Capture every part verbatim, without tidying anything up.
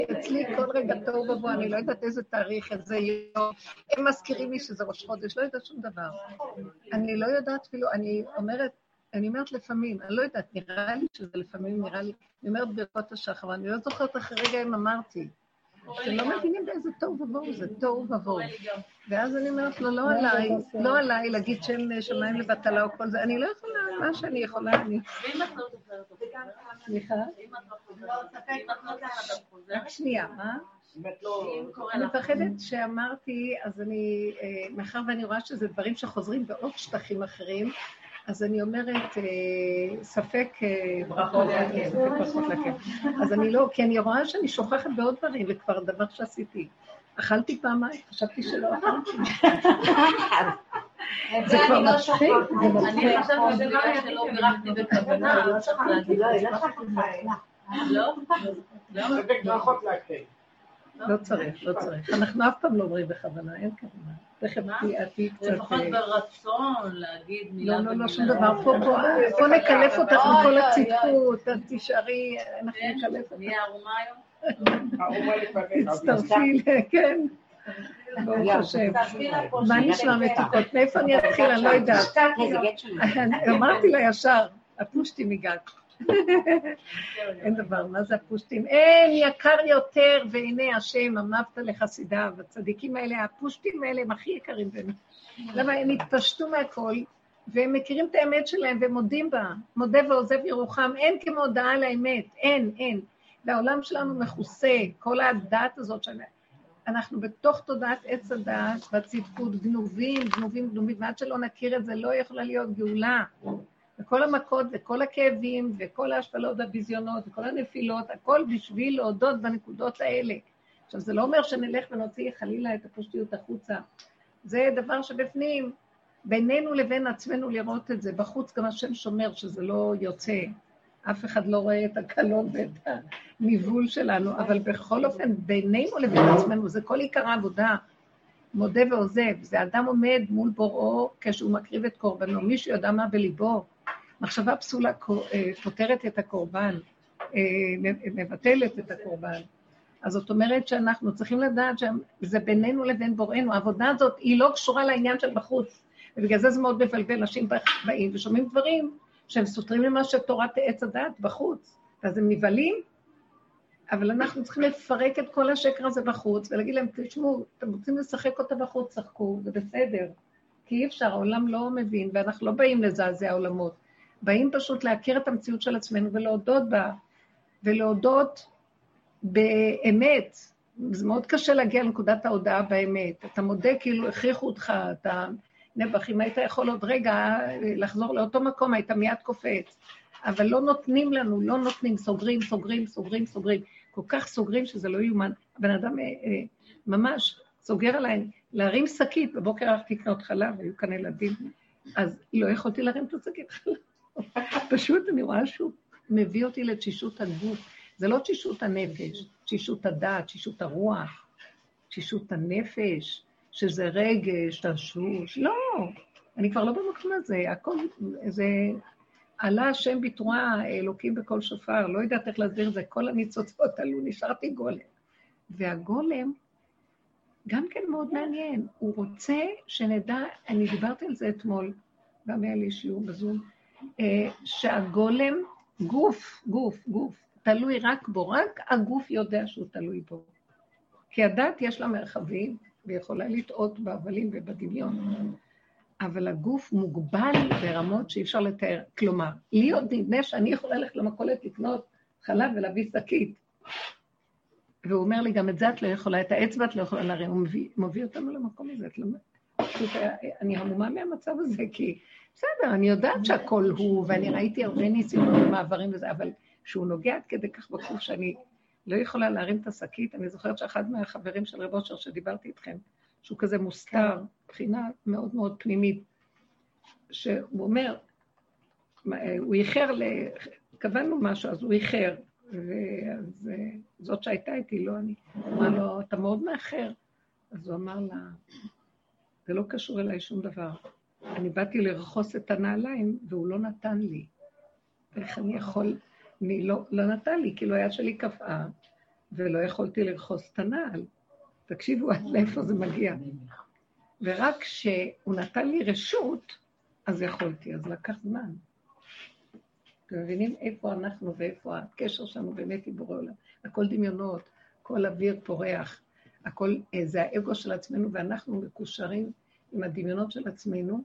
אצלי כל רגע טוב ובוא, אני לא יודעת איזה תאריך, איזה יום. הם מזכירים לי שזה ראש חודש, לא יודעת שום דבר. אני לא יודעת אפילו, אני אומרת, אני אומרת לפעמים, אני לא יודעת, נראה לי שזה לפעמים נראה לי, אני אומרת ברכות השחר, אני לא זוכרת אחרי רגע אם אמרתי. אתם לא מבינים באיזה טוב ובואו, זה טוב ובואו. ואז אני אומרת לו, לא עליי, לא עליי להגיד שם שמיים לבטלה או כל זה, אני לא יכולה, מה שאני יכולה, אני... סליחה? רק שנייה, מה? אני מפחדת שאמרתי, אז אני, מאחר ואני רואה שזה דברים שחוזרים בעוד שטחים אחרים, אז אני אומרת, ספק ברכות לכם. אז אני לא, כי אני רואה שאני שוכחת בעוד דברים, וכבר דבר שעשיתי. אכלתי פעמיים, חשבתי שלא אכלתי. זה כבר מצחיק, זה מצחיק. אני חושבת שבגלל שלא בירכתי בכוונה, לא צריך להגיד. לא, לא צריך לא? לא? ספק ברכות להקטן. לא צריך, לא צריך. אנחנו אף פעם לא אומרים בכוונה, אין כוונה. תכף תהיי קצת... לפחות ברצון להגיד מילה במילה. לא, לא, לא, שום דבר. פה נקלף אותך מכל הצדקות, אז תישארי, אנחנו נקלף אותך. נהיה ערומה היום? ערומה לפעמים. תצטרפי, כן. ברוך השם. מה נשמע מתוקות? מאיפה אני אתחיל? אני לא יודעת. אמרתי לה ישר, הפושטים הגעת. אין דבר, מה זה הפושטים? אין יקר יותר, והנה השם, אמרת לחסידיו, הצדיקים האלה, הפושטים האלה הם הכי יקרים בנו. למה הם התפשטו מהכל, והם מכירים את האמת שלהם, והם מודים בה, מודה ועוזב ירוחם, אין כמו הודעה על האמת, אין, אין. והעולם שלנו מכוסה, כל הדעת הזאת שלנו, אנחנו בתוך תודעת עץ הדעת, בצדקות, גנובים, גנובים, גנובים, ועד שלא נכיר את זה, לא יכולה להיות גאולה. וכל המכות וכל הכאבים וכל ההשפלות והביזיונות וכל הנפילות, הכל בשביל להודות בנקודות האלה. עכשיו, זה לא אומר שנלך ונוציא חלילה את הפושטיות החוצה. זה דבר שבפנים, בינינו לבין עצמנו לראות את זה. בחוץ גם השם שומר שזה לא יוצא. אף אחד לא רואה את הקלון ואת הניבול שלנו, אבל בכל אופן, בינינו לבין עצמנו, זה כל עיקר העבודה. מודה ועוזב. זה אדם עומד מול בוראו כשהוא מקריב את קורבנו. מישהו יודע מה בליבו. מחשבה פסולה פותרת את הקורבן, מבטלת את הקורבן. אז זאת אומרת שאנחנו צריכים לדעת שזה בינינו לבין בוראנו. העבודה הזאת היא לא קשורה לעניין של בחוץ. ובגלל זה זה מאוד מבלבל. אנשים באים ושומעים דברים שהם סותרים למה שתורת עץ הדעת בחוץ. אז הם נבלים, אבל אנחנו צריכים לפרק את כל השקר הזה בחוץ, ולהגיד להם, תשמעו, אתם רוצים לשחק אותה בחוץ, שחקו, זה בסדר. כי אי אפשר, העולם לא מבין, ואנחנו לא באים לזעזע העולמות. באים פשוט להכיר את המציאות של עצמנו ולהודות בה, ולהודות באמת. זה מאוד קשה להגיע לנקודת ההודעה באמת. אתה מודה כאילו הכריחו אותך, אתה נבח, אם היית יכול עוד רגע לחזור לאותו מקום, היית מיד קופץ. אבל לא נותנים לנו, לא נותנים, סוגרים, סוגרים, סוגרים, סוגרים. כל כך סוגרים שזה לא יומן. הבן אדם אה, אה, ממש סוגר עליי, להרים שקית, בבוקר הלכתי לקנות חלב, היו כאן ילדים, אז לא יכולתי להרים את השקית חלב. פשוט אני רואה שהוא מביא אותי לתשישות הגוף. זה לא תשישות הנפש, תשישות הדעת, תשישות הרוח, תשישות הנפש, שזה רגש, תשוש. לא, אני כבר לא במקום הזה. הכל, זה... עלה השם בתרועה, אלוקים בכל שופר, לא יודעת איך להסביר את זה, כל הניצוצות עלו, נשארתי גולם. והגולם גם כן מאוד מעניין, הוא רוצה שנדע, אני דיברתי על זה אתמול, גם היה לי שיעור בזום, שהגולם, גוף, גוף, גוף, תלוי רק בו, רק הגוף יודע שהוא תלוי בו. כי הדת יש לה מרחבים, ויכולה לטעות בהבלים ובדמיון. אבל הגוף מוגבל ברמות שאי אפשר לתאר. כלומר, לי עוד נדמה שאני יכולה ללכת למכולת לקנות חלב ולהביא שקית. והוא אומר לי, גם את זה את לא יכולה, את האצבע את לא יכולה להרים, הוא מביא, מביא אותנו למקום הזה. אני המומה מהמצב הזה, כי בסדר, אני יודעת שהכל הוא, ואני ראיתי הרבה ניסיונות ומעברים וזה, אבל שהוא נוגע עד כדי כך בגוף שאני לא יכולה להרים את השקית. אני זוכרת שאחד מהחברים של רב אושר שדיברתי איתכם, שהוא כזה מוסתר, בחינה מאוד מאוד פנימית, שהוא אומר, הוא איחר, כוונו משהו, אז הוא איחר, וזאת שהייתה איתי, לא אני, אמר לו, אתה מאוד מאחר, אז הוא אמר לה, זה לא קשור אליי שום דבר, אני באתי לרחוס את הנעליים, והוא לא נתן לי, איך אני יכול, אני לא, לא נתן לי, כאילו היה שלי קפאה, ולא יכולתי לרחוס את הנעל. תקשיבו עד לאיפה זה מגיע. ורק כשהוא נתן לי רשות, אז יכולתי, אז לקח זמן. אתם מבינים איפה אנחנו ואיפה הקשר שלנו באמת עם בורא עולם. הכל דמיונות, כל אוויר פורח, הכל זה האגו של עצמנו, ואנחנו מקושרים עם הדמיונות של עצמנו,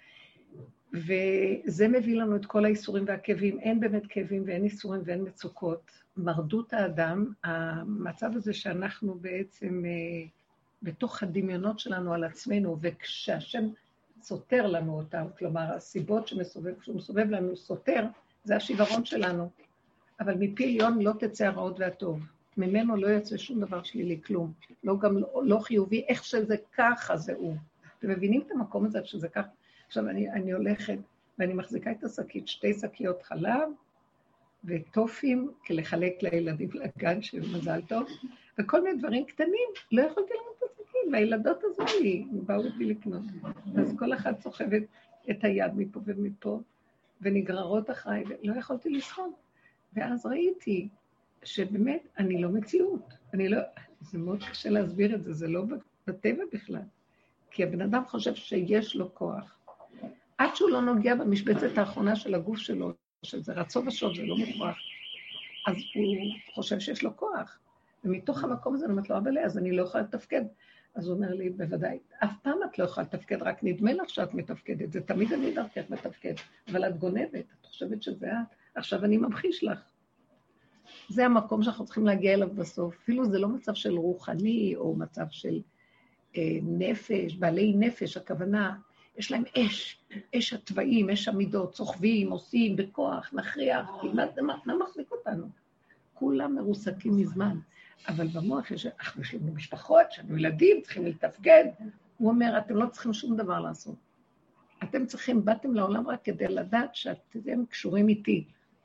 וזה מביא לנו את כל האיסורים והכאבים. אין באמת כאבים ואין איסורים ואין מצוקות. מרדות האדם, המצב הזה שאנחנו בעצם בתוך הדמיונות שלנו על עצמנו, וכשהשם סותר לנו אותם, כלומר הסיבות שמסובב, כשהוא מסובב לנו סותר, זה השיוורון שלנו. אבל מפי עליון לא תצא הרעות והטוב. ממנו לא יצא שום דבר שלילי, כלום. לא גם לא, לא חיובי, איך שזה ככה זה הוא. אתם מבינים את המקום הזה שזה ככה? עכשיו אני, אני הולכת ואני מחזיקה את השקית, שתי שקיות חלב וטופים, כלחלק לילדים לגן של מזל טוב, וכל מיני דברים קטנים, לא יכולתי לראות את השקית, והילדות עזרו לי, הם באו אותי לקנות. אז כל אחד סוחבת את היד מפה ומפה, ונגררות אחריי, ולא יכולתי לסחוב. ואז ראיתי שבאמת אני לא מציאות. אני לא, זה מאוד קשה להסביר את זה, זה לא בטבע בכלל. כי הבן אדם חושב שיש לו כוח. עד שהוא לא נוגע במשבצת האחרונה של הגוף שלו, שזה רצו ושוב, זה לא מוכרח, אז הוא חושב שיש לו כוח. ומתוך המקום הזה אני אומרת לו, אבל אז אני לא יכולה לתפקד. אז הוא אומר לי, בוודאי, אף פעם את לא יכולה לתפקד, רק נדמה לך שאת מתפקדת. זה תמיד אני דרכך מתפקד, אבל את גונבת, את חושבת שזה את. עכשיו אני ממחיש לך. זה המקום שאנחנו צריכים להגיע אליו בסוף. אפילו זה לא מצב של רוחני, או מצב של אה, נפש, בעלי נפש, הכוונה, יש להם אש, אש הטבעים, אש המידות, סוחבים, עושים, בכוח, נכריח, כמעט מה מחזיק אותנו? כולם מרוסקים מזמן. אבל במוח יש, אנחנו יש לנו משפחות, יש לנו ילדים, צריכים להתפקד. הוא אומר, אתם לא צריכים שום דבר לעשות. אתם צריכים, באתם לעולם רק כדי לדעת שאתם קשורים איתי.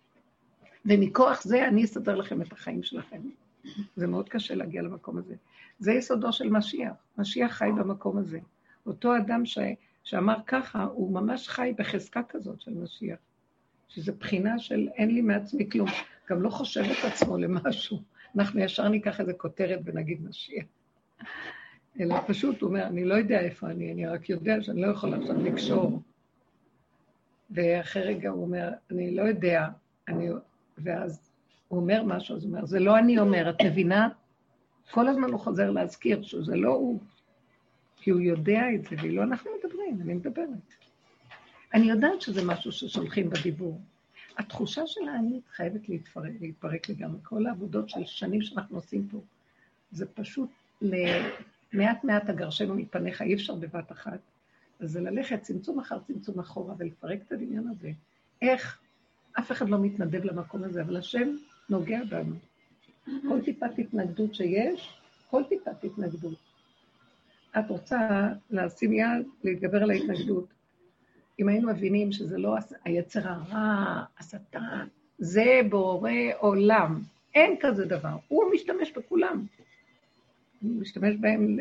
ומכוח זה אני אסדר לכם את החיים שלכם. זה מאוד קשה להגיע למקום הזה. זה יסודו של משיח. משיח חי במקום הזה. אותו אדם ש... שאמר ככה, הוא ממש חי בחזקה כזאת של משיח. שזה בחינה של אין לי מעצמי כלום. גם לא חושב את עצמו למשהו. אנחנו ישר ניקח איזה כותרת ונגיד משיח. אלא פשוט הוא אומר, אני לא יודע איפה אני, אני רק יודע שאני לא יכול עכשיו לקשור. ואחרי רגע הוא אומר, אני לא יודע, אני... ואז הוא אומר משהו, אז הוא אומר, זה לא אני אומר, את מבינה? כל הזמן הוא חוזר להזכיר שזה לא הוא, כי הוא יודע את זה, ולא אנחנו מדברים, אני מדברת. אני יודעת שזה משהו ששולחים בדיבור. התחושה של האנית חייבת להתפרק, להתפרק לגמרי. כל העבודות של שנים שאנחנו עושים פה, זה פשוט למעט מעט הגרשנו מפניך, אי אפשר בבת אחת. אז זה ללכת צמצום אחר צמצום אחורה ולפרק את הדמיון הזה. איך? אף אחד לא מתנדב למקום הזה, אבל השם נוגע בנו. כל טיפת התנגדות שיש, כל טיפת התנגדות. את רוצה לשים יד, להתגבר על ההתנגדות. אם היינו מבינים שזה לא היצר הרע, השטן, זה בורא עולם. אין כזה דבר. הוא משתמש בכולם. הוא משתמש בהם,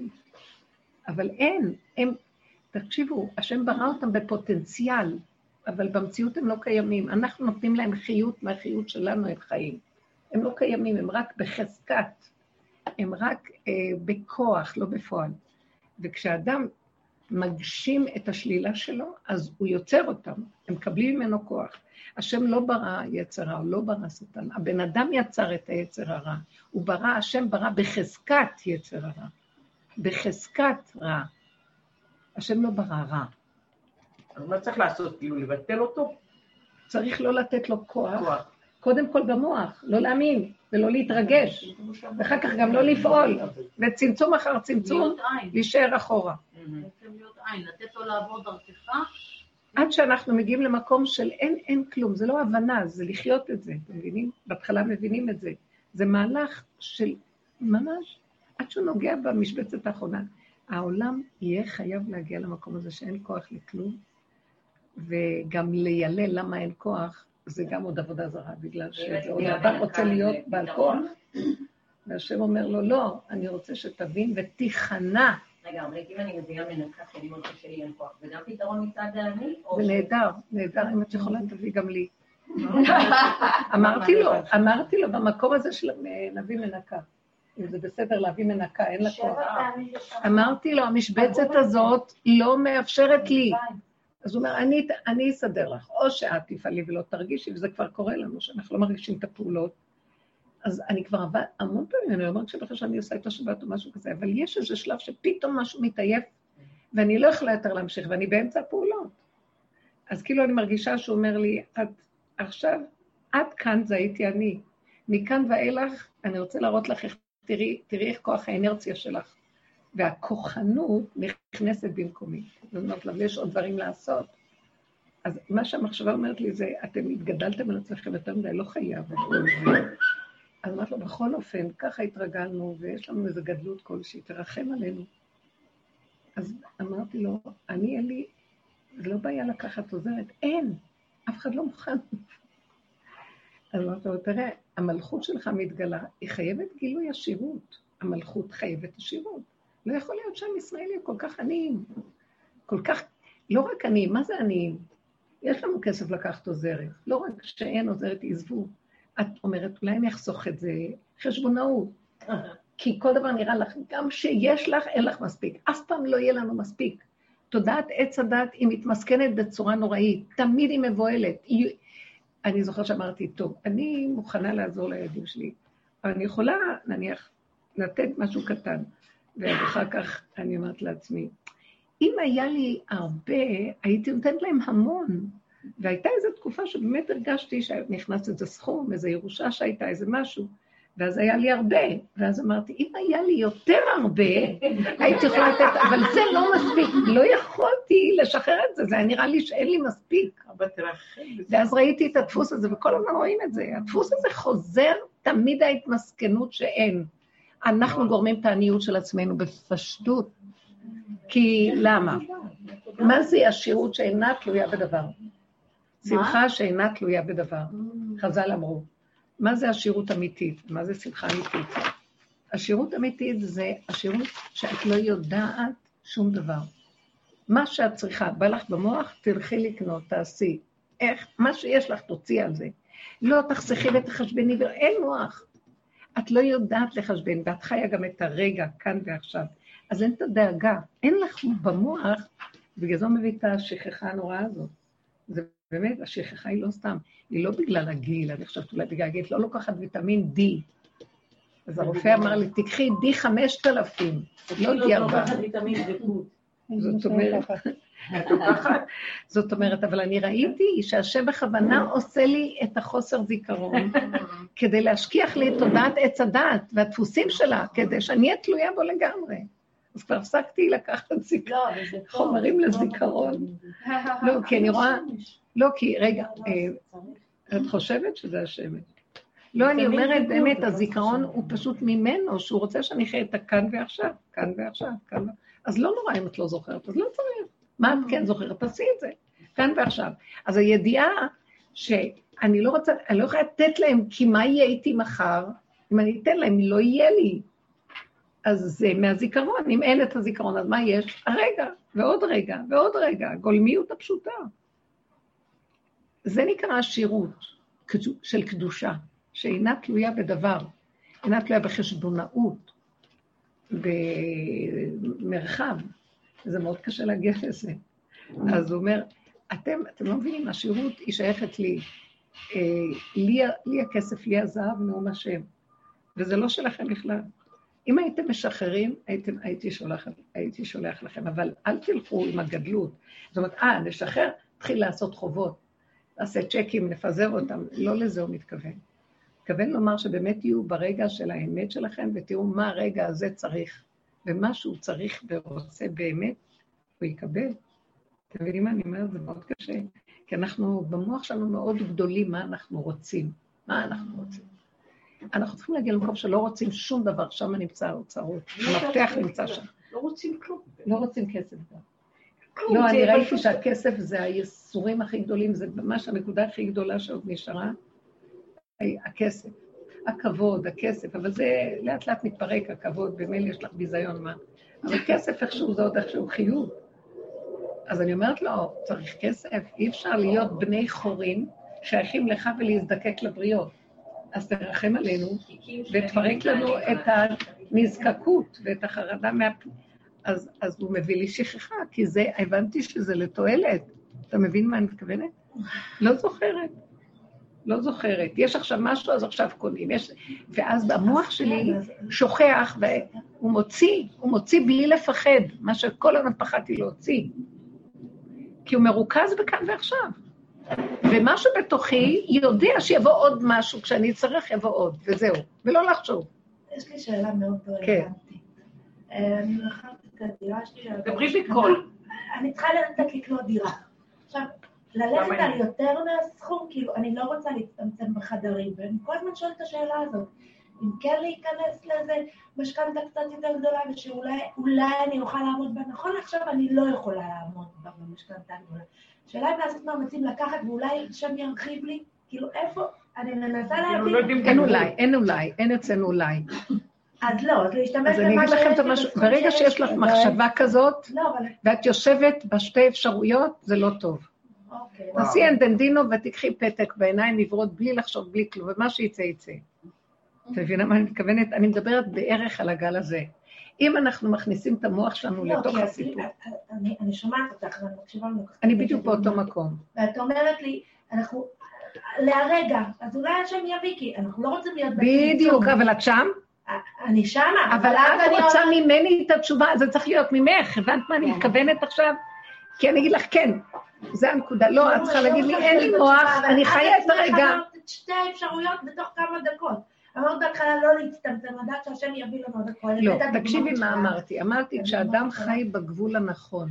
אבל אין. הם, תקשיבו, השם ברא אותם בפוטנציאל, אבל במציאות הם לא קיימים. אנחנו נותנים להם חיות מהחיות שלנו, הם חיים. הם לא קיימים, הם רק בחזקת. הם רק אה, בכוח, לא בפועל. וכשאדם מגשים את השלילה שלו, אז הוא יוצר אותם, הם מקבלים ממנו כוח. השם לא ברא יצר רע, הוא לא ברא שטן. הבן אדם יצר את היצר הרע. הוא ברא, השם ברא בחזקת יצר הרע. בחזקת רע. השם לא ברא רע. אז מה צריך לעשות? כאילו לבטל אותו? צריך לא לתת לו כוח. כוח. קודם כל במוח, לא להאמין ולא להתרגש. ואחר כך גם לא לפעול. וצמצום אחר צמצום, להישאר אחורה. בעצם להיות עין, לתת לו לעבור דרכך. עד שאנחנו מגיעים למקום של אין, אין כלום, זה לא הבנה, זה לחיות את זה, אתם מבינים? בהתחלה מבינים את זה. זה מהלך של ממש, עד שהוא נוגע במשבצת האחרונה. העולם יהיה חייב להגיע למקום הזה שאין כוח לכלום, וגם לילל למה אין כוח, זה גם עוד עבודה זרה, בגלל שזה עוד אדם רוצה להיות בעל כוח, והשם אומר לו, לא, אני רוצה שתבין ותיכנע. רגע, אבל אם אני מביאה מנקה שלי מוצא שלי אין כוח, וגם פתרון מצד אני? זה נהדר, נהדר, אם את יכולה תביא גם לי. אמרתי לו, אמרתי לו, במקום הזה של להביא מנקה. אם זה בסדר להביא מנקה, אין לה כוח. אמרתי לו, המשבצת הזאת לא מאפשרת לי. אז הוא אומר, אני, אני אסדר לך, או שאת תפעלי ולא תרגישי, וזה כבר קורה לנו, שאנחנו לא מרגישים את הפעולות. אז אני כבר עבד המון פעמים, אני לא אומרת שבכלל שאני עושה את השבת או משהו כזה, אבל יש איזה שלב שפתאום משהו מתעייף, ואני לא יכולה יותר להמשיך, ואני באמצע הפעולות. אז כאילו אני מרגישה שהוא אומר לי, את עכשיו, עד כאן זה הייתי אני. מכאן ואילך, אני רוצה להראות לך איך, תראי, תראי איך כוח האנרציה שלך. והכוחנות נכנסת במקומי. זאת אומרת, יש עוד דברים לעשות. אז מה שהמחשבה אומרת לי זה, אתם התגדלתם על עצמכם יותר מדי, לא חייב. אז אמרת לו, בכל אופן, ככה התרגלנו, ויש לנו איזו גדלות כלשהי, תרחם עלינו. אז אמרתי לו, אני, אין לי, זה לא בעיה לקחת עוזרת, אין, אף אחד לא מוכן. אז אמרתי לו, תראה, המלכות שלך מתגלה, היא חייבת גילוי השירות. המלכות חייבת השירות. לא יכול להיות שם ישראלים כל כך עניים. כל כך, לא רק עניים, מה זה עניים? יש לנו כסף לקחת עוזרת. לא רק שאין עוזרת, עזבו. את אומרת, אולי אני אחסוך את זה, חשבונאות. כי כל דבר נראה לך, גם שיש לך, אין לך מספיק. אף פעם לא יהיה לנו מספיק. תודעת עץ הדת היא מתמסכנת בצורה נוראית. תמיד היא מבועלת. היא... אני זוכר שאמרתי, טוב, אני מוכנה לעזור לילדים שלי, אבל אני יכולה, נניח, לתת משהו קטן. ואחר כך אני אומרת לעצמי, אם היה לי הרבה, הייתי נותנת להם המון. והייתה איזו תקופה שבאמת הרגשתי שנכנס איזה סכום, איזו ירושה שהייתה, איזה משהו. ואז היה לי הרבה. ואז אמרתי, אם היה לי יותר הרבה, הייתי יכולה לתת, אבל זה לא מספיק. לא יכולתי לשחרר את זה, זה היה נראה לי שאין לי מספיק. ואז ראיתי את הדפוס הזה, וכל הזמן רואים את זה. הדפוס הזה חוזר תמיד ההתמסכנות שאין. אנחנו גורמים את העניות של עצמנו בפשטות. כי למה? מה זה השירות שאינה תלויה בדבר? שמחה שאינה תלויה בדבר. חז"ל אמרו. מה זה השירות אמיתית? מה זה שמחה אמיתית? השירות אמיתית זה השירות שאת לא יודעת שום דבר. מה שאת צריכה, בא לך במוח, תלכי לקנות, תעשי. איך? מה שיש לך, תוציא על זה. לא תחסכי ותחשבני, אין מוח. את לא יודעת לחשבן, ואת חיה גם את הרגע, כאן ועכשיו. אז אין את הדאגה. אין לך במוח, בגלל זו מביא את השכחה הנוראה הזאת. זה באמת, השכחה היא לא סתם. היא לא בגלל הגיל, אני חושבת אולי בגלל הגיל, לא לוקחת ויטמין D. אז הרופא אמר לי, תקחי D חמשת אלפים, לא D ארבע. זאת אומרת, זאת אומרת, אבל אני ראיתי שהשם בכוונה עושה לי את החוסר זיכרון, כדי להשכיח לי את תודעת עץ הדעת והדפוסים שלה, כדי שאני אהיה תלויה בו לגמרי. אז כבר הפסקתי לקחת חומרים לזיכרון. לא, כי אני רואה... לא, כי רגע, את חושבת שזה השמש. לא, אני אומרת באמת, הזיכרון הוא פשוט ממנו, שהוא רוצה שאני אחיה את הכאן ועכשיו, כאן ועכשיו, כאן ועכשיו. אז לא נורא אם את לא זוכרת, אז לא צריך. מה את כן זוכרת? תעשי את זה, כאן ועכשיו. אז הידיעה שאני לא רוצה, אני לא יכולה לתת להם, כי מה יהיה איתי מחר? אם אני אתן להם, לא יהיה לי. אז זה מהזיכרון, אם אין את הזיכרון, אז מה יש? הרגע, ועוד רגע, ועוד רגע, גולמיות הפשוטה. זה נקרא השירות של קדושה, שאינה תלויה בדבר, אינה תלויה בחשבונאות, במרחב. זה מאוד קשה להגיע לזה. אז הוא אומר, אתם, אתם לא מבינים, השירות היא שייכת לי, לי, לי הכסף, לי הזהב, נאום השם. וזה לא שלכם בכלל. אם הייתם משחררים, הייתם, הייתי, שולח, הייתי שולח לכם, אבל אל תלכו עם הגדלות. זאת אומרת, אה, נשחרר, תתחיל לעשות חובות. נעשה צ'קים, נפזר אותם, לא לזה הוא מתכוון. מתכוון לומר שבאמת יהיו ברגע של האמת שלכם, ותראו מה הרגע הזה צריך, ומה שהוא צריך ורוצה באמת, הוא יקבל. אתם מבינים מה אני אומרת? זה מאוד קשה, כי אנחנו במוח שלנו מאוד גדולים מה אנחנו רוצים, מה אנחנו רוצים. אנחנו צריכים להגיע למקום שלא רוצים שום דבר, שם נמצא האוצרות, המפתח נמצא שם. לא רוצים כלום. לא רוצים כסף גם. לא, אני ראיתי שהכסף זה היסורים הכי גדולים, זה ממש הנקודה הכי גדולה שעוד נשארה, הכסף, הכבוד, הכסף, אבל זה לאט לאט מתפרק הכבוד, במילא יש לך ביזיון מה, אבל כסף איכשהו זה עוד איכשהו חיוב. אז אני אומרת לו, צריך כסף, אי אפשר להיות בני חורים שייכים לך ולהזדקק לבריות. אז תרחם עלינו, ותפרק לנו את הנזקקות ואת החרדה מה... אז, אז הוא מביא לי שכחה, כי זה, הבנתי שזה לתועלת. אתה מבין מה אני מתכוונת? לא זוכרת. לא זוכרת. יש עכשיו משהו, אז עכשיו קונים. יש... ואז המוח שלי שוכח, והוא מוציא, הוא מוציא בלי לפחד, מה שכל הזמן פחדתי להוציא. כי הוא מרוכז בכאן ועכשיו. ומשהו בתוכי יודע שיבוא עוד משהו, כשאני צריך יבוא עוד, וזהו. ולא לחשוב. יש לי שאלה מאוד לא רלוונטית. אני לקחתי את הדירה שלי... דברי בקול. אני צריכה ללכת לקנות דירה. עכשיו, ללכת על יותר מהסכום, כאילו, אני לא רוצה להצטמצם בחדרים, ואני כל הזמן שואלת את השאלה הזאת. אם כן להיכנס לזה משכנתה קצת יותר גדולה, ושאולי אולי אני אוכל לעמוד בה. נכון עכשיו אני לא יכולה לעמוד בה במשכנתה גדולה. שאלה אם לעשות מאמצים לקחת, ואולי שם ירחיב לי, כאילו איפה, אני מנסה להבין. אין אולי, אין אולי, אין אצלנו אולי. אז לא, אז להשתמש אז אני אגיד לכם את המשהו, ברגע שיש לך מחשבה כזאת, ואת יושבת בשתי אפשרויות, זה לא טוב. תעשי אנדנדינו ותקחי פתק בעיניים עברות בלי לחשוב, בלי כלום, ומה שיצא יצא. אתה מבינה מה אני מתכוונת? אני מדברת בערך על הגל הזה. אם אנחנו מכניסים את המוח שלנו לתוך הסיפור. אני שומעת אותך, ואני מקשיבה לנו. אני בדיוק באותו מקום. ואת אומרת לי, אנחנו, להרגע, אז אולי השם יביא, כי אנחנו לא רוצים להיות בדיוק, אבל את שם? אני שמה. אבל את רוצה ממני את התשובה, זה צריך להיות ממך. הבנת מה אני מתכוונת עכשיו? כי אני אגיד לך, כן, זה הנקודה. לא, את צריכה להגיד לי, אין לי מוח, אני חיה את הרגע. את שתי האפשרויות בתוך כמה דקות. אמרת בהתחלה לא להצטמצם, לדעת שהשם יביא לנו עוד הכל. לא, תקשיבי מה אמרתי. אמרתי, כשאדם חי בגבול הנכון,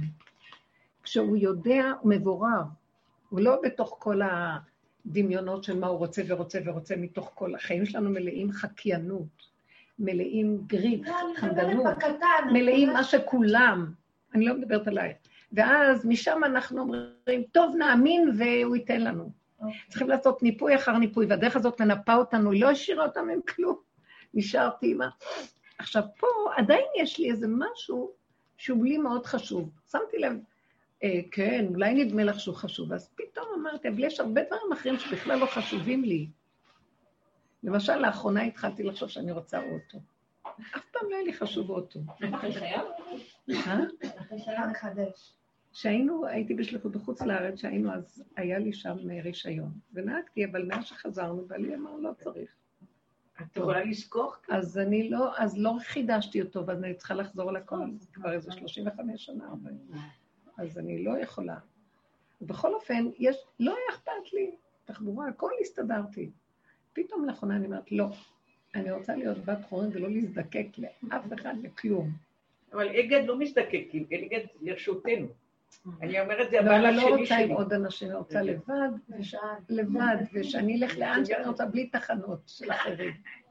כשהוא יודע, הוא מבורר. הוא לא בתוך כל הדמיונות של מה הוא רוצה ורוצה ורוצה, מתוך כל החיים שלנו מלאים חקיינות, מלאים גריף, חמדנות, מלאים מה שכולם. אני לא מדברת עלייך. ואז משם אנחנו אומרים, טוב, נאמין והוא ייתן לנו. צריכים לעשות ניפוי אחר ניפוי, והדרך הזאת מנפה אותנו, היא לא השאירה אותם עם כלום. נשארתי עם ה... עכשיו, פה עדיין יש לי איזה משהו שהוא לי מאוד חשוב. שמתי לב, אה, כן, אולי נדמה לך שהוא חשוב, אז פתאום אמרתי, אבל יש הרבה דברים אחרים שבכלל לא חשובים לי. למשל, לאחרונה התחלתי לחשוב שאני רוצה אוטו. אף פעם לא היה לי חשוב אוטו. אחרי שהיה? אה? אחרי שהיה מחדש. שהיינו, הייתי בשליחות בחוץ לארץ, שהיינו, אז היה לי שם רישיון, ונהגתי, אבל מה שחזרנו, ואלי אמר, לא צריך. את יכולה לזכוך? אז אני לא, אז לא חידשתי אותו, ואז אני צריכה לחזור לכל, כבר איזה שלושים וחמש שנה, אז אני לא יכולה. ובכל אופן, יש, לא היה אכפת לי, תחבורה, הכל הסתדרתי. פתאום לאחרונה אני אומרת, לא, אני רוצה להיות בת חורין ולא להזדקק לאף אחד לכלום. אבל אגד לא מזדקק, אגד לרשותנו. אני אומרת, זה הבעל הבעל השני שלי. לא רוצה עם שלי. עוד אנשים, אני רוצה לבד, לבד, ושאני אלך לאן שאני רוצה בלי תחנות של אחרים.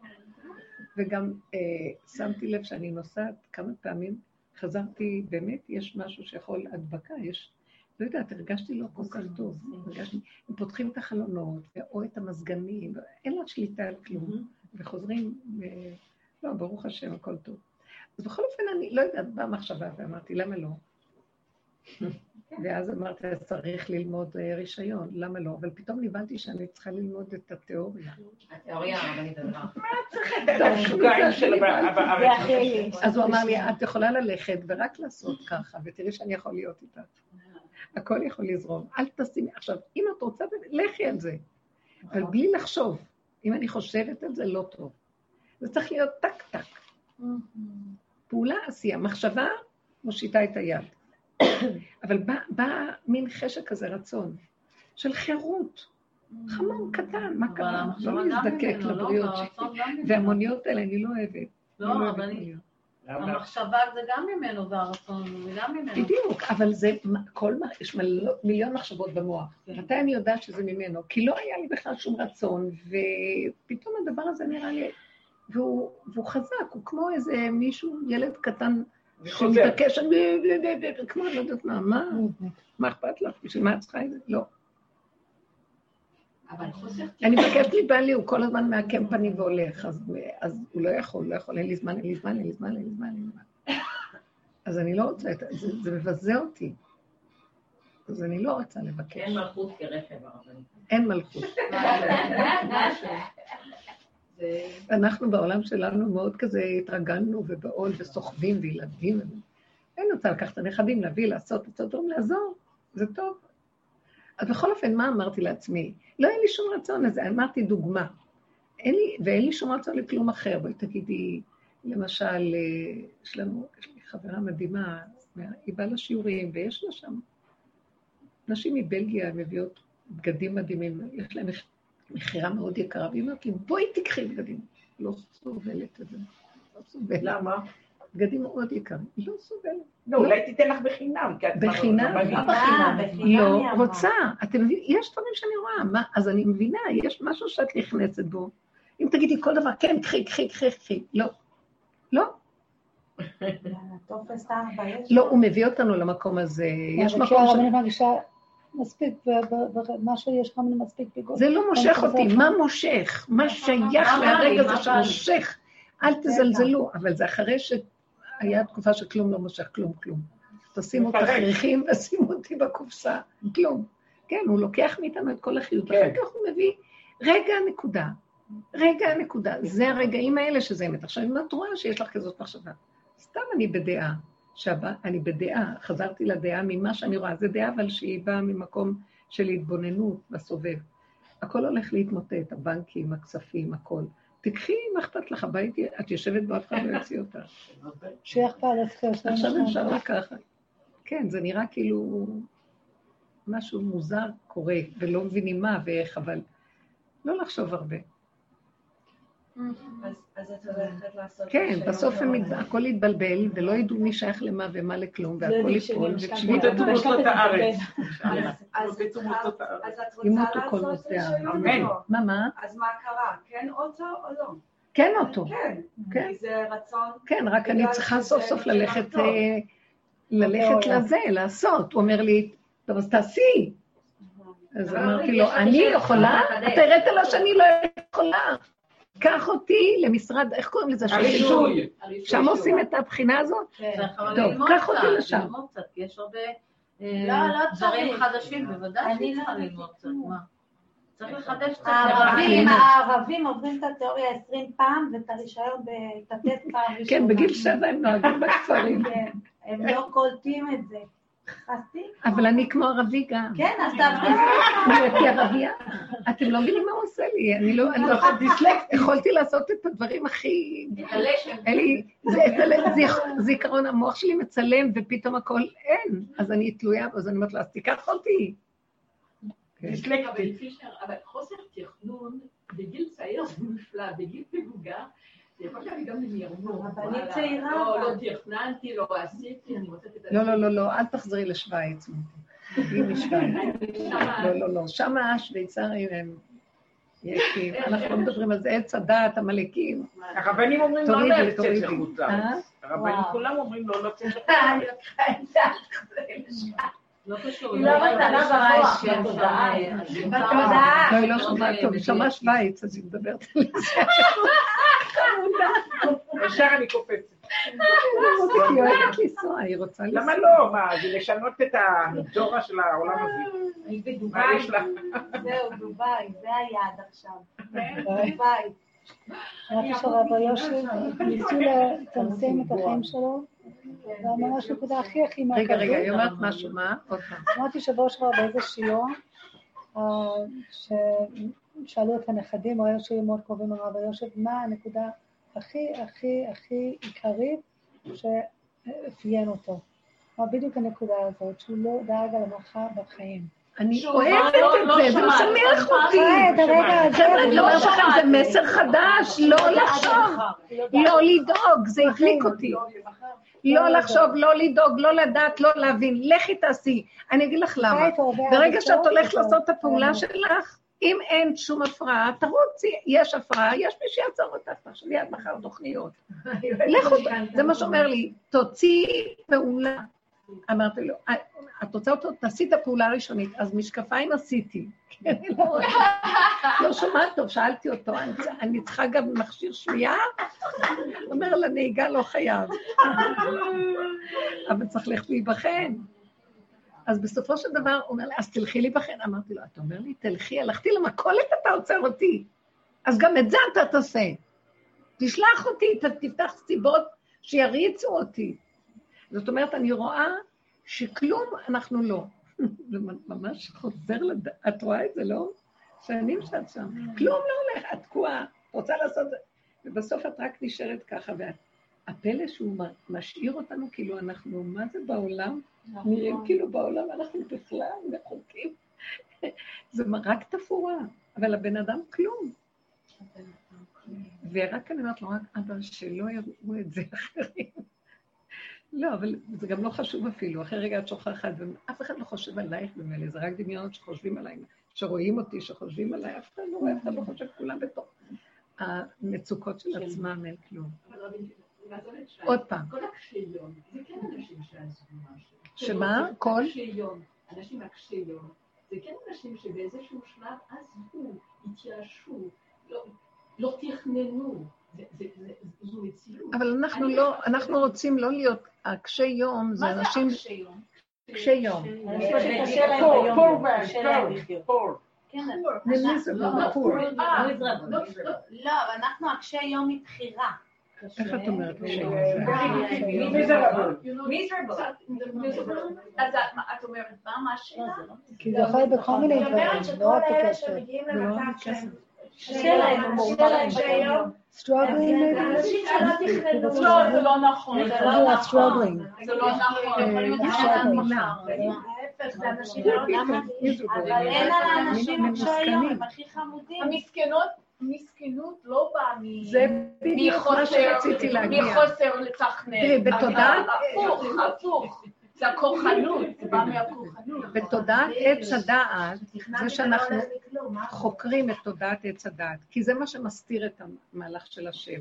וגם שמתי לב שאני נוסעת כמה פעמים, חזרתי, באמת יש משהו שיכול הדבקה, יש, לא יודעת, הרגשתי לא כל כך טוב. הם פותחים את החלונות, או את המזגנים, אין לה שליטה על כלום, וחוזרים, לא, ברוך השם, הכל טוב. אז בכל אופן, אני לא יודעת, באה מחשבה, ואמרתי, למה לא? ואז אמרתי, צריך ללמוד רישיון, למה לא? אבל פתאום נבנתי שאני צריכה ללמוד את התיאוריה. התיאוריה הרבנית הדבר. מה צריך את המשוגעים של הארץ? אז הוא אמר לי, את יכולה ללכת ורק לעשות ככה, ותראי שאני יכול להיות איתה. הכל יכול לזרום. אל תשימי, עכשיו, אם את רוצה, לכי על זה. אבל בלי לחשוב. אם אני חושבת על זה, לא טוב. זה צריך להיות טק-טק. פעולה עשייה, מחשבה, מושיטה את היד. אבל בא, בא מין חשק כזה רצון, של חירות, חמור קטן, מה קרה? לא להזדקק לבריאות שלי. והמוניות האלה אני לא אוהבת. לא, אבל אני... המחשבה זה גם ממנו והרצון, זה גם ממנו. בדיוק, אבל זה, כל, יש מיליון מחשבות במוח. מתי אני יודעת שזה ממנו? כי לא היה לי בכלל שום רצון, ופתאום הדבר הזה נראה לי, והוא, והוא חזק, הוא כמו איזה מישהו, ילד קטן, שמתעקש, כמו לא יודעת מה, מה? מה אכפת לך? בשביל מה את צריכה את זה? לא. אני מבקשת מבעלי, הוא כל הזמן מעקם פנים והולך, אז הוא לא יכול, לא יכול, אין לי זמן, אין לי זמן, אין לי זמן, אין לי זמן, אין לי זמן. אז אני לא רוצה, זה מבזה אותי. אז אני לא רוצה לבקש. אין מלכות כרכב הרבנית. אין מלכות. אנחנו בעולם שלנו מאוד כזה התרגלנו ובעול וסוחבים וילדים. אין רוצה לקחת את הנכדים, להביא, לעשות, לעשות דרום, לעזור. זה טוב. אז בכל אופן, מה אמרתי לעצמי? לא אין לי שום רצון לזה, אמרתי דוגמה. אין לי, ואין לי שום רצון לכלום אחר. בואי תגידי, למשל, יש לנו, יש לי חברה מדהימה, היא באה לשיעורים, ויש לה שם נשים מבלגיה, הן מביאות בגדים מדהימים, יש להם מחירה מאוד יקרה, והיא אומרת לי, בואי תקחי בגדים. לא סובלת את זה. לא סובלת. למה? בגדים מאוד יקרים. לא סובלת. לא, אולי תיתן לך בחינם. בחינם? לא, רוצה. אתם מבינים, יש דברים שאני רואה. אז אני מבינה, יש משהו שאת נכנסת בו. אם תגידי כל דבר, כן, קחי, קחי, קחי, קחי. לא. לא. לא, הוא מביא אותנו למקום הזה. יש מקום ש... אני מרגישה מספיק, משהו יש לנו מספיק בגוד. זה לא מושך אותי. מה מושך? מה שייך להרגע זה שמושך? אל תזלזלו. אבל זה אחרי שהיה תקופה שכלום לא מושך, כלום, כלום. תשימו את החריכים ושימו אותי בקופסה. כלום. כן, הוא לוקח מאיתנו את כל החיות. אחר כך הוא מביא רגע נקודה. רגע נקודה. זה הרגעים האלה שזה אמת. עכשיו, אם את רואה שיש לך כזאת מחשבה, סתם אני בדעה, שבא, אני בדעה, חזרתי לדעה ממה שאני רואה, זה דעה אבל שהיא באה ממקום של התבוננות בסובב. הכל הולך להתמוטט, הבנקים, הכספים, הכל. תקחי, מה אכפת לך, הבית, את יושבת באף אחד לא יוציא אותה. שיח פעלת כסף. עכשיו אפשר לקחת. כן, זה נראה כאילו משהו מוזר קורה, ולא מבינים מה ואיך, אבל לא לחשוב הרבה. אז את הולכת לעשות... כן, בסוף הכל יתבלבל, ולא ידעו מי שייך למה ומה לכלום, והכל יפול, וכשבי... תתו מוסות הארץ. אז את רוצה לעשות רישיון? אמן. מה, מה? אז מה קרה? כן אוטו או לא? כן אוטו. כן. כי זה רצון... כן, רק אני צריכה סוף סוף ללכת ללכת לזה, לעשות. הוא אומר לי, טוב, אז תעשי. אז אמרתי לו, אני יכולה? אתה הראת לה שאני לא יכולה. קח אותי למשרד, איך קוראים לזה? הרישוי. שם עושים את הבחינה הזאת? טוב, קח אותי לשם. יש הרבה דברים חדשים, בוודאי שצריכה ללמוד קצת, מה? צריך לחדש קצת. הערבים עוברים את התיאוריה עשרים פעם, ואת הרישיון בתתת פעם ראשונה. כן, בגיל שבע הם נוהגים בכפרים. הם לא קולטים את זה. חסי? אבל אני כמו ערבי גם. כן, אז תעברי. אני ערבייה. אתם לא מבינים מה הוא עושה לי. אני לא... יכולתי לעשות את הדברים הכי... זיכרון המוח שלי מצלם, ופתאום הכל אין. אז אני תלויה, אז אני אומרת לה, אז תיקח אותי. אבל חוסר תכנון בגיל צעיר זה נפלא, בגיל מבוגר, זה יכול להיות גם למרמור. אבל אני צעירה. לא, לא תכננתי, לא עשיתי, אני רוצה את... לא, לא, לא, לא, אל תחזרי לשוויץ. היא משוויץ. לא, לא, לא, שם השוויצרים הם... אנחנו לא מדברים על זה, עץ הדעת, המלאקים. הרבנים אומרים לא לצאת לחוץ לארץ. הרבנים כולם אומרים לא לצאת לחוץ לארץ. לא קשור. היא לא מתנה ברעש. בתודעה. לא, היא לא שומעת טוב, היא שמעה שוויץ, אז היא מדברת על זה. ישר אני קופצת. היא אוהבת לנסוע, היא רוצה לנסוע. למה לא? מה, זה לשנות את הדורה של העולם הזה. היא בדוביי. זהו, דוביי, זה היעד עכשיו. דוביי. אמרתי שרב יושב, ניסו לצמצם את החיים שלו, זה ממש נקודה הכי הכי מרכזית. רגע, רגע, היא אומרת משהו, מה? עוד פעם. אמרתי שבוע שעבר באיזה שיעור, ששאלו את הנכדים, או היו שיעורים מאוד קרובים לרב יושב, מה הנקודה הכי הכי הכי עיקרית שאפיין אותו. מה בדיוק הנקודה הזאת, שהוא לא דאג על המרחב בחיים. אני אוהבת את זה, זה משמח אותי. חבר'ה, אני אומרת לכם, זה מסר חדש, לא לחשוב, לא לדאוג, זה הדליק אותי. לא לחשוב, לא לדאוג, לא לדעת, לא להבין, לכי תעשי. אני אגיד לך למה. ברגע שאת הולכת לעשות את הפעולה שלך, אם אין שום הפרעה, תרוצי, יש הפרעה, יש מי שיעצור אותך, תחשבי עד מחר תוכניות. לכו, זה מה שאומר לי, תוציאי פעולה. אמרתי לו, את רוצה אותו, תעשי את הפעולה הראשונית, אז משקפיים עשיתי. לא שומעת טוב, שאלתי אותו, אני צריכה גם מכשיר שמיעה? אומר לנהיגה לא חייב. אבל צריך ללכת להיבחן. אז בסופו של דבר הוא אומר לי, אז תלכי לי בחן. אמרתי לו, אתה אומר לי, תלכי, הלכתי למכולת, אתה עוצר אותי. אז גם את זה אתה תעשה. תשלח אותי, תפתח סיבות שיריצו אותי. זאת אומרת, אני רואה שכלום אנחנו לא. זה ממש חוזר לד... את רואה את זה, לא? שנים שאת שם. כלום לא הולך, את תקועה, רוצה לעשות זה. ובסוף את רק נשארת ככה, והפלא שהוא משאיר אותנו, כאילו אנחנו, מה זה בעולם? נראים כאילו בעולם, אנחנו בכלל מחוקים. זה רק תפורה, אבל הבן אדם כלום. ורק אני אומרת לו, רק אבא, שלא יראו את זה אחרים. לא, אבל זה גם לא חשוב אפילו. אחרי רגע את שוכחת, ואף אחד לא חושב עלייך במילא, זה רק דמיונות שחושבים עליי, שרואים אותי, שחושבים עליי, אף אחד לא רואה, אף אחד לא חושב, כולם בתוך המצוקות של עצמם, אין כלום. עוד פעם. כל הקשי יום, זה כן אנשים שעזבו משהו. שמה? כל? קשי יום, אנשים הקשי יום. זה כן אנשים שבאיזשהו שלב עזבו, התייאשו, לא תכננו. זו מציאות. אבל אנחנו לא, אנחנו רוצים לא להיות, הקשי יום זה אנשים... מה זה הקשי יום? קשי יום. קשה להם ביום. קשה להם לחיות. כן, לא, אבל אנחנו הקשי יום מבחירה. איך את אומרת? אז את אומרת, מה השאלה? כי זה יכול בכל מיני דברים, אני אומרת שכל אלה שמגיעים למצב שהם קשה להם, קשה להם שהיום, struggling maybe? אנשים שלא תכננו. לא, זה לא נכון. זה לא נכון. זה לא נכון. ההפך, זה אנשים לא נמדים. אבל אין על האנשים שהיום, הם הכי חמודים. המסכנות, מסכנות לא באה זה בדיוק מה שרציתי להגיע. מחוסר לתכנן. תראי, בתודעת... הפוך, הפוך. זה הכוחנות, זה בא מהכוחנות. בתודעת עץ הדעת, זה שאנחנו חוקרים את תודעת עץ הדעת, כי זה מה שמסתיר את המהלך של השם.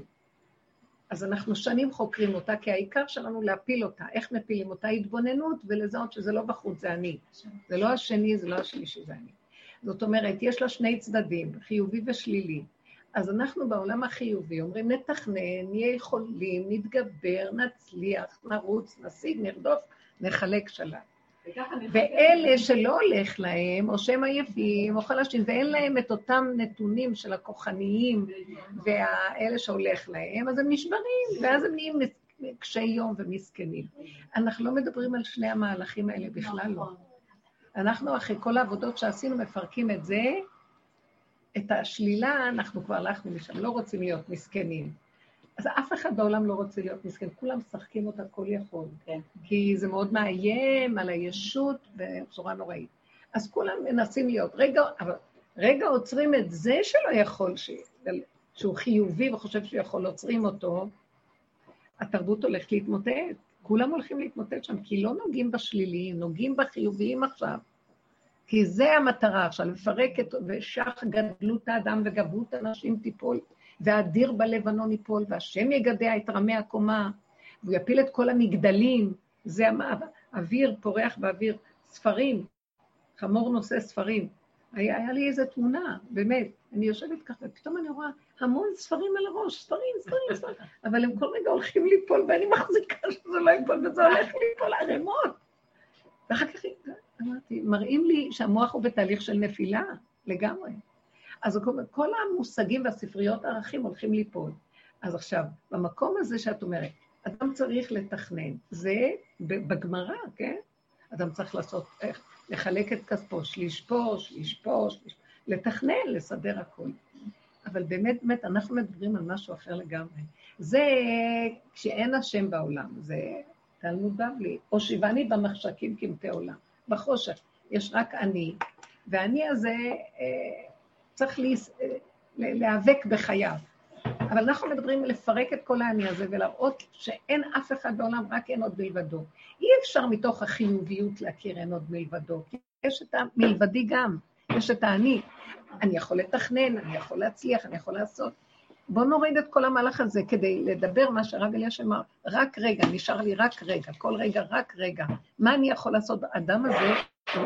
אז אנחנו שנים חוקרים אותה, כי העיקר שלנו להפיל אותה. איך מפילים אותה? התבוננות, ולזהות שזה לא בחוץ, זה אני. זה לא השני, זה לא השלישי, זה אני. זאת אומרת, יש לה שני צדדים, חיובי ושלילי. אז אנחנו בעולם החיובי אומרים, נתכנן, נהיה יכולים, נתגבר, נצליח, נרוץ, נשיג, נרדוף, נחלק שלב. ואלה שלא הולך להם, או שהם עייפים, או חלשים, ואין להם את אותם נתונים של הכוחניים, ואלה שהולך להם, אז הם נשברים, ואז הם נהיים קשי יום ומסכנים. אנחנו לא מדברים על שני המהלכים האלה בכלל לא. אנחנו אחרי כל העבודות שעשינו מפרקים את זה, את השלילה אנחנו כבר הלכנו משם, לא רוצים להיות מסכנים. אז אף אחד בעולם לא רוצה להיות מסכן, כולם משחקים אותה כל יכול, כן. כי זה מאוד מאיים על הישות בצורה נוראית. אז כולם מנסים להיות, רגע, אבל רגע עוצרים את זה שלא יכול, ש... שהוא חיובי וחושב שהוא יכול, עוצרים אותו, התרבות הולכת להתמוטט, כולם הולכים להתמוטט שם, כי לא נוגעים בשליליים, נוגעים בחיוביים עכשיו, כי זה המטרה עכשיו, לפרק את, ושח גדלות האדם וגבות אנשים תיפול, והאדיר בלבנון ייפול, והשם יגדע את רמי הקומה, והוא יפיל את כל המגדלים, זה אוויר פורח באוויר, ספרים, חמור נושא ספרים. היה, היה לי איזו תמונה, באמת, אני יושבת ככה, פתאום אני רואה המון ספרים על הראש, ספרים, ספרים, ספרים, אבל הם כל רגע הולכים ליפול, ואני מחזיקה שזה לא ייפול, וזה הולך ליפול ערימות. ואחר כך אמרתי, מראים לי שהמוח הוא בתהליך של נפילה, לגמרי. אז כל המושגים והספריות הערכים הולכים ליפול. אז עכשיו, במקום הזה שאת אומרת, אדם צריך לתכנן, זה בגמרא, כן? אדם צריך לעשות, איך, לחלק את כספו, שלישפוש, לשפוש, לתכנן, לסדר הכל. אבל באמת, באמת, אנחנו מדברים על משהו אחר לגמרי. זה כשאין השם בעולם, זה תלמוד בבלי, או שיבני במחשכים כמתי עולם, בחושך, יש רק אני, ואני הזה אה, צריך לה, להיאבק בחייו. אבל אנחנו מדברים לפרק את כל העני הזה ולהראות שאין אף אחד בעולם, רק אין עוד מלבדו. אי אפשר מתוך החיוביות להכיר אין עוד מלבדו, כי יש את המלבדי גם, יש את העני. אני יכול לתכנן, אני יכול להצליח, אני יכול לעשות. בוא נוריד את כל המהלך הזה כדי לדבר מה שרב אליש אמר, רק רגע, נשאר לי רק רגע, כל רגע, רק רגע. מה אני יכול לעשות? האדם הזה,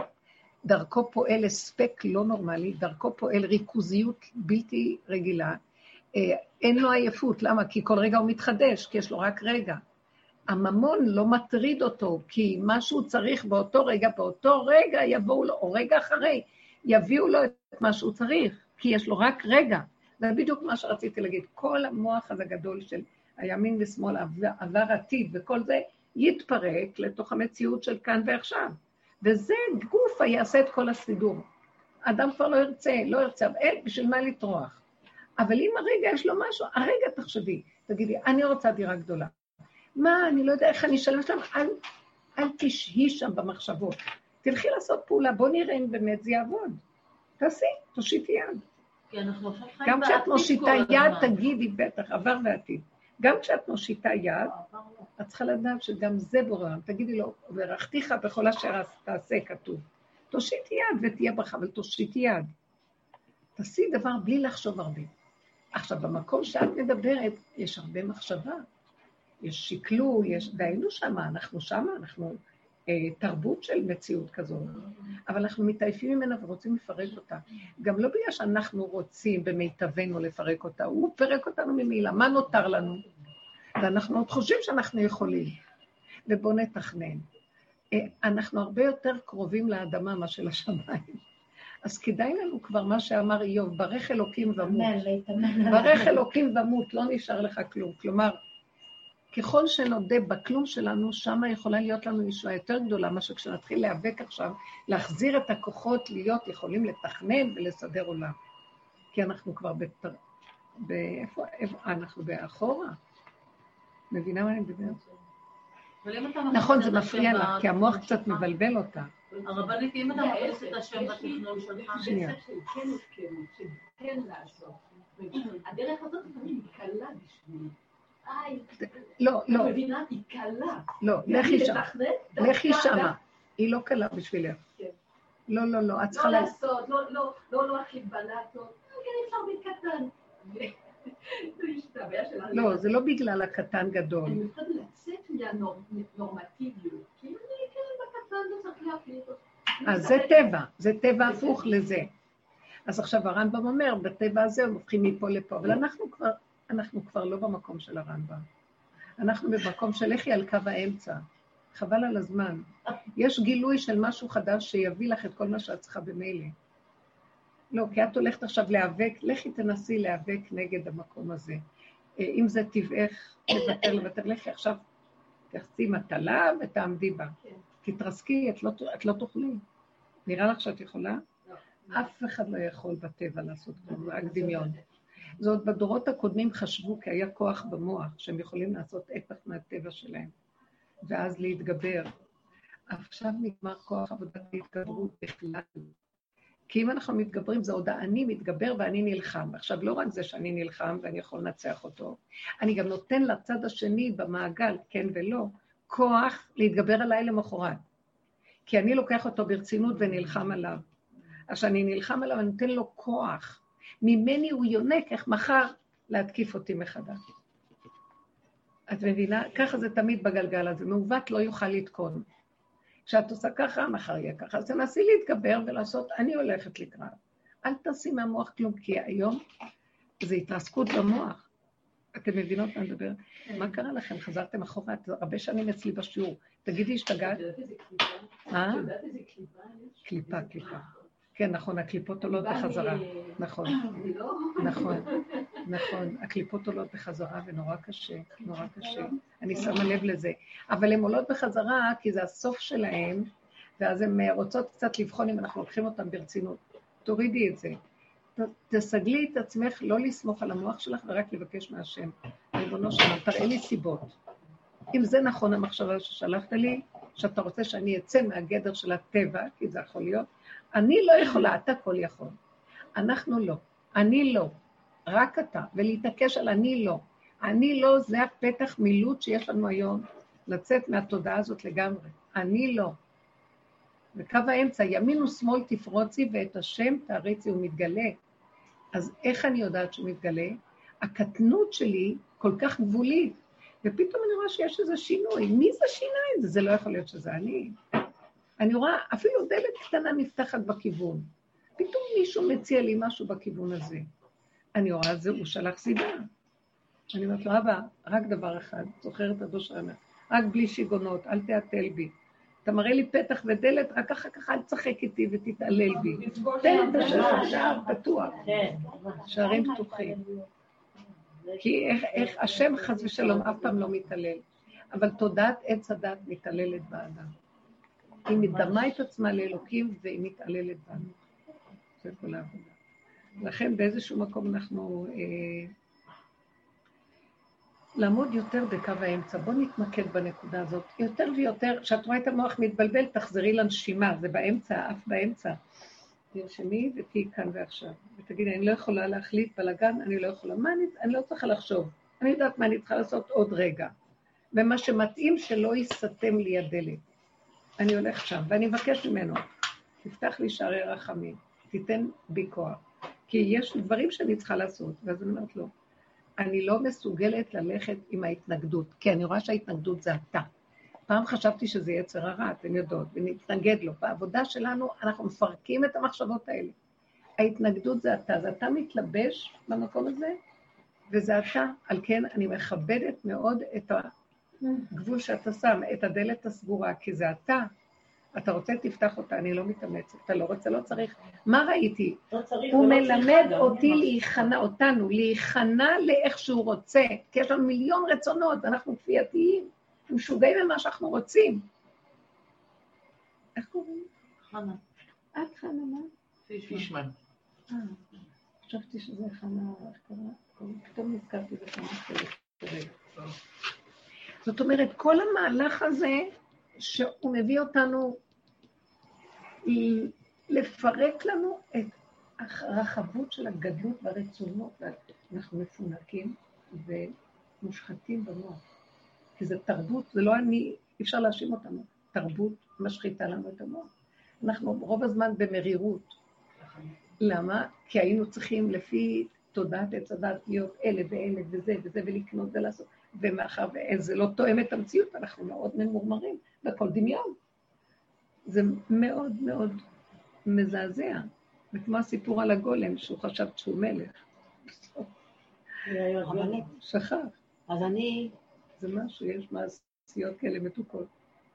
דרכו פועל אספק לא נורמלי, דרכו פועל ריכוזיות בלתי רגילה, אין לו עייפות, למה? כי כל רגע הוא מתחדש, כי יש לו רק רגע. הממון לא מטריד אותו, כי מה שהוא צריך באותו רגע, באותו רגע יבואו לו, או רגע אחרי, יביאו לו את מה שהוא צריך, כי יש לו רק רגע. זה בדיוק מה שרציתי להגיד. כל המוח הזה גדול של הימין ושמאל, עבר, עבר עתיד וכל זה, יתפרק לתוך המציאות של כאן ועכשיו. וזה גוף יעשה את כל הסידור. אדם כבר לא ירצה, לא ירצה, אין בשביל מה לטרוח. אבל אם הרגע יש לו משהו, הרגע תחשבי, תגידי, אני רוצה דירה גדולה. מה, אני לא יודע איך אני אשלם שלם, אל, אל תשהי שם במחשבות. תלכי לעשות פעולה, בוא נראה אם באמת זה יעבוד. תעשי, תושיטי יד. גם כשאת מושיטה יד, תגידי בטח, עבר ועתיד. גם כשאת מושיטה יד, את צריכה לדעת שגם זה בורא. תגידי לו, ורחתיך בכל אשר תעשה, כתוב. תושיטי יד ותהיה ברכה, אבל תושיטי יד. תעשי דבר בלי לחשוב הרבה. עכשיו, במקום שאת מדברת, יש הרבה מחשבה. יש שקלו, יש... והיינו שמה, אנחנו שמה, אנחנו אה, תרבות של מציאות כזו. אבל אנחנו מתעייפים ממנה ורוצים לפרק אותה. גם לא בגלל שאנחנו רוצים במיטבנו לפרק אותה, הוא פרק אותנו ממילא. מה נותר לנו? ואנחנו עוד חושבים שאנחנו יכולים. ובוא נתכנן. אה, אנחנו הרבה יותר קרובים לאדמה מה של השמיים. אז כדאי לנו כבר מה שאמר איוב, ברך אלוקים ומות. ברך אלוקים ומות, לא נשאר לך כלום. כלומר, ככל שנודה בכלום שלנו, שם יכולה להיות לנו ישועה יותר גדולה, מה שכשנתחיל להיאבק עכשיו, להחזיר את הכוחות להיות יכולים לתכנן ולסדר עולם. כי אנחנו כבר בתר... באיפה? אנחנו באחורה. מבינה מה אני מדבר? נכון, זה מפריע לך, כי המוח קצת מבלבל אותה. הרבנית, אם אתה מכניס את השם בתכנון שלך, שנייה. כן הופקרו, שכן לעשות. הדרך הזאת היא קלה בשבילי. לא, לא. המבינה היא קלה. לא, לכי שמה. לכי שמה. היא לא קלה בשבילך. לא, לא, לא. את צריכה... לא לעשות, לא להרחיב בלטות. כן, אפשר בקטן. לא, זה לא בגלל הקטן גדול. אני יכולה לצאת מהנורמטיביות. כי אני כן בקטן לא צריך להפליט. אז זה טבע, זה טבע הפוך לזה. אז עכשיו הרמב"ם אומר, בטבע הזה הם הופכים מפה לפה, אבל אנחנו כבר, אנחנו כבר לא במקום של הרמב"ם. אנחנו במקום של לכי על קו האמצע. חבל על הזמן. יש גילוי של משהו חדש שיביא לך את כל מה שאת צריכה במילא. לא, כי את הולכת עכשיו להיאבק, לכי תנסי להיאבק נגד המקום הזה. אם זה טבעך, לוותר, לוותר, לכי עכשיו, תחצי מטלה ותעמדי בה. תתרסקי, את לא, את לא תוכלי. נראה לך שאת יכולה? אף אחד לא יכול בטבע לעשות כלום, רק דמיון. זאת בדורות הקודמים חשבו, כי היה כוח במוח, שהם יכולים לעשות הפך מהטבע שלהם, ואז להתגבר. עכשיו נגמר כוח עבודת להתגברות בכלל. כי אם אנחנו מתגברים, זה עוד אני מתגבר ואני נלחם. עכשיו, לא רק זה שאני נלחם ואני יכול לנצח אותו, אני גם נותן לצד השני במעגל, כן ולא, כוח להתגבר עליי למחרת. כי אני לוקח אותו ברצינות ונלחם עליו. אז שאני נלחם עליו, אני נותן לו כוח. ממני הוא יונק איך מחר להתקיף אותי מחדש. את מבינה? ככה זה תמיד בגלגל הזה. מעוות לא יוכל לתקון. כשאת עושה ככה, מחר יהיה ככה. אז תנסי להתגבר ולעשות, אני הולכת לקראת. אל תעשי מהמוח כלום, כי היום זה התרסקות במוח. אתם מבינות מה מדבר? מה קרה לכם? חזרתם אחורה, הרבה שנים אצלי בשיעור. תגידי, השתגעת? אה? קליפה, קליפה. כן, נכון, הקליפות עולות בחזרה. נכון, נכון, נכון. הקליפות עולות בחזרה ונורא קשה, נורא קשה. אני שמה לב לזה. אבל הן עולות בחזרה כי זה הסוף שלהן, ואז הן רוצות קצת לבחון אם אנחנו לוקחים אותן ברצינות. תורידי את זה. תסגלי את עצמך לא לסמוך על המוח שלך ורק לבקש מהשם. ריבונו שלנו, תראה לי סיבות. אם זה נכון המחשבה ששלחת לי, שאתה רוצה שאני אצא מהגדר של הטבע, כי זה יכול להיות, אני לא יכולה, אתה כל יכול. אנחנו לא. אני לא. רק אתה. ולהתעקש על אני לא. אני לא, זה הפתח מילוט שיש לנו היום, לצאת מהתודעה הזאת לגמרי. אני לא. וקו האמצע, ימין ושמאל תפרוצי ואת השם תעריצי ומתגלה. אז איך אני יודעת שהוא מתגלה? הקטנות שלי כל כך גבולית, ופתאום אני רואה שיש איזה שינוי. מי זה שינה את זה? זה לא יכול להיות שזה אני. אני רואה, אפילו דלת קטנה נפתחת בכיוון. פתאום מישהו מציע לי משהו בכיוון הזה. אני רואה, זה הוא שלח סיבה. אני אומרת לו, אבא, רק דבר אחד, זוכרת אבו שרמר, רק בלי שיגונות, אל תעטל בי. אתה מראה לי פתח ודלת, רק אחר כך אל תשחק איתי ותתעלל בי. תן את השער פתוח, שערים פתוחים. כי איך, איך השם חס ושלום אף פעם לא מתעלל. אבל תודעת עץ הדת מתעללת באדם. היא מדמה את עצמה לאלוקים והיא מתעללת בנו. זה כל העבודה. לכן באיזשהו מקום אנחנו אה, לעמוד יותר בקו האמצע. בוא נתמקד בנקודה הזאת. יותר ויותר, כשאת רואה את המוח מתבלבל, תחזרי לנשימה. זה באמצע, אף באמצע. תרשמי ותהי כאן ועכשיו. ותגידי, אני לא יכולה להחליט בלגן, אני לא יכולה. מה אני, אני לא צריכה לחשוב. אני יודעת מה אני צריכה לעשות עוד רגע. ומה שמתאים שלא יסתם לי הדלת. אני הולך שם, ואני מבקש ממנו, תפתח לי שערי רחמים, תיתן בי כוח. כי יש דברים שאני צריכה לעשות, ואז אני אומרת לו, אני לא מסוגלת ללכת עם ההתנגדות, כי אני רואה שההתנגדות זה אתה. פעם חשבתי שזה יצר הרע, אתם יודעות, ונתנגד לו. בעבודה שלנו אנחנו מפרקים את המחשבות האלה. ההתנגדות זה אתה, זה אתה מתלבש במקום הזה, וזה אתה, על כן אני מכבדת מאוד את הגבול שאתה שם, את הדלת הסגורה, כי זה אתה. אתה רוצה, תפתח אותה, אני לא מתאמצת, אתה לא רוצה, לא צריך. מה ראיתי? לא צריך, הוא לא מלמד צריך, אותי להיכנע, אותנו, להיכנע לאיך שהוא רוצה, כי יש לנו מיליון רצונות, אנחנו כפייתיים, משוגעים ממה שאנחנו רוצים. איך קוראים? חנה. את חנה, מה? פישמן. אה, חשבתי שזה חנה, איך קרה? פתאום נזכרתי בחנה כרגע. זאת אומרת, כל המהלך הזה, שהוא מביא אותנו לפרק לנו את הרחבות של הגדלות והרצונות, אנחנו מפונקים ומושחתים במוח. כי זה תרבות, זה לא אני, אפשר להאשים אותנו, תרבות משחיתה לנו את המוח. אנחנו רוב הזמן במרירות. למה? כי היינו צריכים לפי תודעת עץ הדת להיות אלה ואלה וזה וזה ולקנות ולעשות. ומאחר וזה לא תואם את המציאות, אנחנו מאוד ממורמרים, בכל דמיון. זה מאוד מאוד מזעזע. וכמו הסיפור על הגולם, שהוא חשב שהוא מלך. שכח. אז אני... זה משהו, יש מעשיות כאלה מתוקות.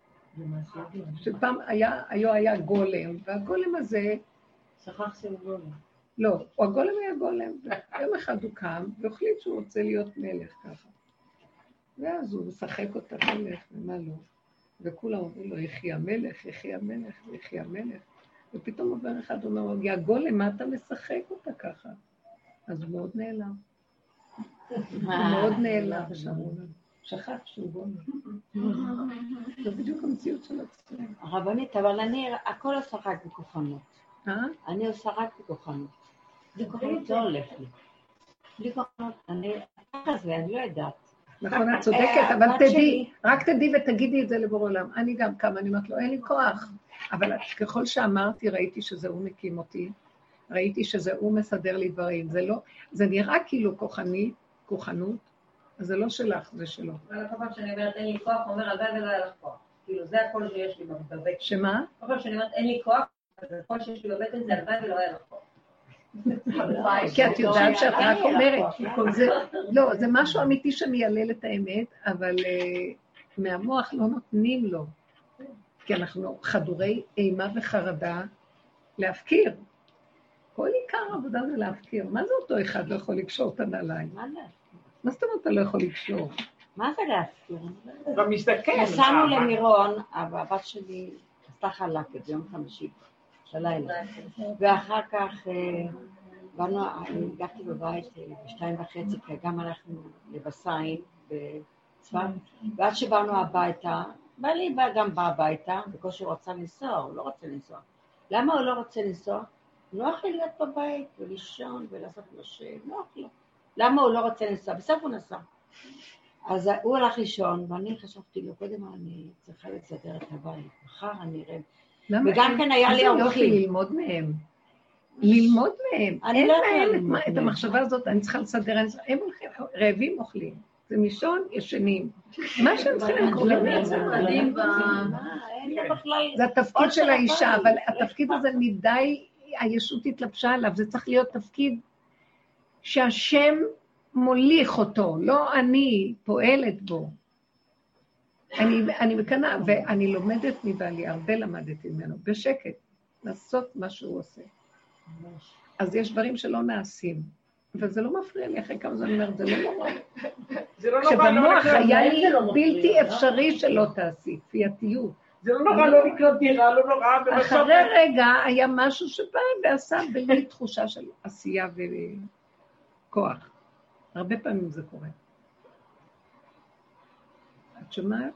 שפעם היה, היה, היה גולם, והגולם הזה... שכח שהוא גולם. לא, הגולם היה גולם. יום אחד הוא קם, והחליט שהוא רוצה להיות מלך ככה. ואז הוא משחק אותה מלך, ומה לא. וכולם אומרים לו, יחי המלך, יחי המלך, יחי המלך. ופתאום עובר אחד, הוא אומר, יא גולם, מה אתה משחק אותה ככה? אז הוא מאוד נעלם. הוא מאוד נעלם, שכח שהוא גולם. זה בדיוק המציאות של עצמם. הרבנית, אבל אני, הכל עושה רק בכוחנות. אה? אני עושה רק בכוחנות. בלי כוחנות זה הולך לי. בלי כוחנות, אני, ככה זה, אני לא יודעת. נכון, את צודקת, אבל תדעי, רק תדעי ותגידי את זה לבורא עולם. אני גם כמה, אני אומרת לו, אין לי כוח. אבל ככל שאמרתי, ראיתי שזה הוא מקים אותי, ראיתי שזה הוא מסדר לי דברים. זה לא, זה נראה כאילו כוחנית, כוחנות, אז זה לא שלך, זה שלו. אבל כל פעם שאני אומרת, אין לי כוח, הוא אומר, הלוואי ולא היה לך כוח. כאילו, זה הכל שיש לי בבטן. שמה? כל פעם שאני אומרת, אין לי כוח, אז הכל שיש לי בבטן זה הלוואי ולא היה לך כוח. כי את יודעת שאת רק אומרת, לא, זה משהו אמיתי שמיילל את האמת, אבל מהמוח לא נותנים לו, כי אנחנו חדורי אימה וחרדה להפקיר. כל עיקר העבודה זה להפקיר. מה זה אותו אחד לא יכול לקשור את הנעליים? מה זה? מה זאת אומרת אתה לא יכול לקשור? מה זה להפקיר? במסתכל. נסענו למירון, הבת שלי עשתה חלק את יום חמישי. בלילה. ואחר כך באנו, אני הגעתי בבית בשתיים וחצי, כי גם הלכנו לבסיין בצפת, ועד שבאנו הביתה, בעלי גם בא הביתה, בקושי רוצה לנסוע, הוא לא רוצה לנסוע. למה הוא לא רוצה לנסוע? נוח לי להיות בבית ולישון ולעשות משהו, נוח לו. למה הוא לא רוצה לנסוע? בסוף הוא נסע. אז הוא הלך לישון, ואני חשבתי לו, קודם אני צריכה לסדר את הבית, מחר אני אראה. וגם כן היה לי אורחים. ללמוד מהם. ללמוד מהם. אין להם את המחשבה הזאת, אני צריכה לסדר, הם הולכים, רעבים אוכלים. זה מישון, ישנים. מה שהם צריכים לקוראים לעצמם. זה התפקיד של האישה, אבל התפקיד הזה מדי, הישות התלבשה עליו, זה צריך להיות תפקיד שהשם מוליך אותו, לא אני פועלת בו. אני, אני מקנה, ואני לומדת מבעלי, הרבה למדתי ממנו, בשקט, לעשות מה שהוא עושה. אז יש דברים שלא נעשים, וזה לא מפריע לי, אחרי כמה זמן אני אומרת, זה לא נורא. שבמוח היה לי בלתי אפשרי שלא תעשי, כפייתיות. זה לא נורא לא לקנות דירה, לא נורא. אחרי רגע היה משהו שבא ועשה בלי תחושה של עשייה וכוח. הרבה פעמים זה קורה. את שומעת?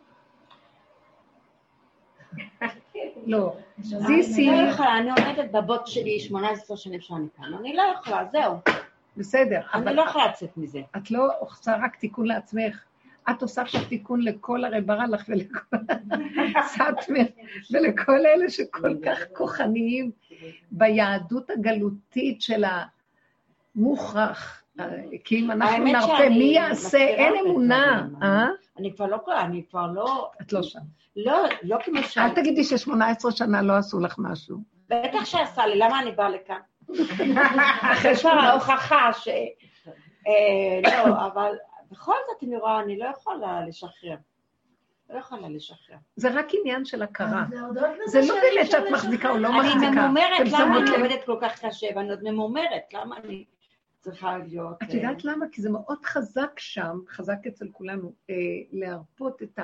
לא. זיסי... אני לא יכולה, אני עומדת בבוט שלי שמונה עשרה שנים שאני כאן. אני לא יכולה, זהו. בסדר. אני לא יכולה לצאת מזה. את לא עושה רק תיקון לעצמך. את עושה עכשיו תיקון לכל הרי ברא לך ולכל סטמר ולכל אלה שכל כך כוחניים ביהדות הגלותית של המוכרח. כי אם אנחנו נרפה, מי יעשה? אין אמונה. אני כבר לא קורה, אני כבר לא... את לא שם. לא, לא כמו שם. אל תגידי ש-שמונה עשרה שנה לא עשו לך משהו. בטח שעשה לי, למה אני באה לכאן? אחרי שמה ההוכחה ש... לא, אבל בכל זאת אני רואה, אני לא יכולה לשחרר. לא יכולה לשחרר. זה רק עניין של הכרה. זה לא באמת שאת מחזיקה או לא מחזיקה. אני ממומרת, למה אני עובדת כל כך קשה, ואני עוד ממומרת, למה אני צריכה להיות... את יודעת למה? כי זה מאוד חזק שם, חזק אצל כולנו, להרפות את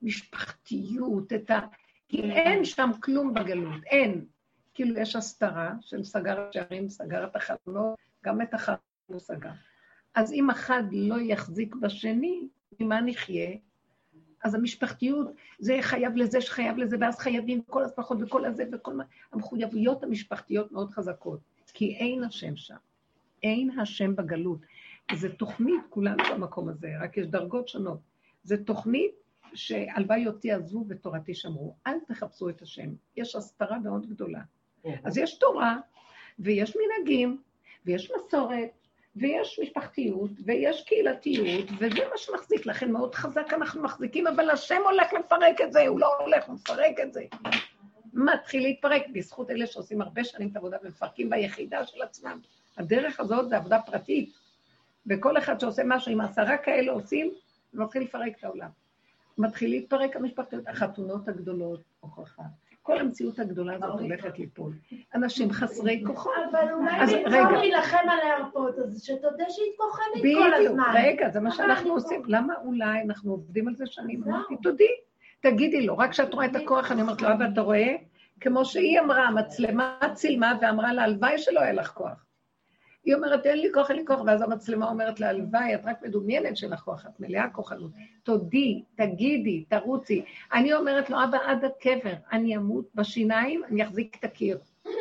המשפחתיות, את ה... כי אין שם כלום בגלות, אין. כאילו יש הסתרה של סגר השערים, סגר את החלונות, גם את החלונות הוא סגר. אז אם אחד לא יחזיק בשני, ממה נחיה? אז המשפחתיות, זה חייב לזה, שחייב לזה, ואז חייבים כל הספחות וכל הזה וכל מה. המחויבויות המשפחתיות מאוד חזקות, כי אין השם שם. אין השם בגלות. זו תוכנית, כולנו במקום הזה, רק יש דרגות שונות. זו תוכנית שהלוואי אותי עזבו ותורתי שמרו. אל תחפשו את השם. יש הסתרה מאוד גדולה. אז יש תורה, ויש מנהגים, ויש מסורת, ויש משפחתיות, ויש קהילתיות, וזה מה שמחזיק לכן מאוד חזק אנחנו מחזיקים, אבל השם הולך לפרק את זה, הוא לא הולך לפרק את זה. מתחיל להתפרק בזכות אלה שעושים הרבה שנים את העבודה ומפרקים ביחידה של עצמם. הדרך הזאת זה עבודה פרטית, וכל אחד שעושה משהו עם עשרה כאלה עושים, מתחיל לפרק את העולם. מתחיל להתפרק המשפחתיות, החתונות הגדולות, הוכחה. כל המציאות הגדולה הזאת הולכת ליפול. אנשים חסרי כוחות. אבל אולי במקום להילחם על ההרפות, אז שתודה שהיא כוחנית כל הזמן. רגע, זה מה שאנחנו עושים. למה אולי אנחנו עובדים על זה שנים? אמרתי, תודי, תגידי לו, רק כשאת רואה את הכוח, אני אומרת לו, אבא, אתה רואה? כמו שהיא אמרה, המצלמה צילמה ואמרה לה, הלוואי שלא היה לך כוח. היא אומרת, אין לי כוח, אין לי כוח, ואז המצלמה אומרת לה, הלוואי, את רק מדומיינת של הכוח, את מלאה כוחנות. תודי, תגידי, תרוצי. אני אומרת לו, אבא, עד הקבר, אני אמות בשיניים, אני אחזיק את הקיר.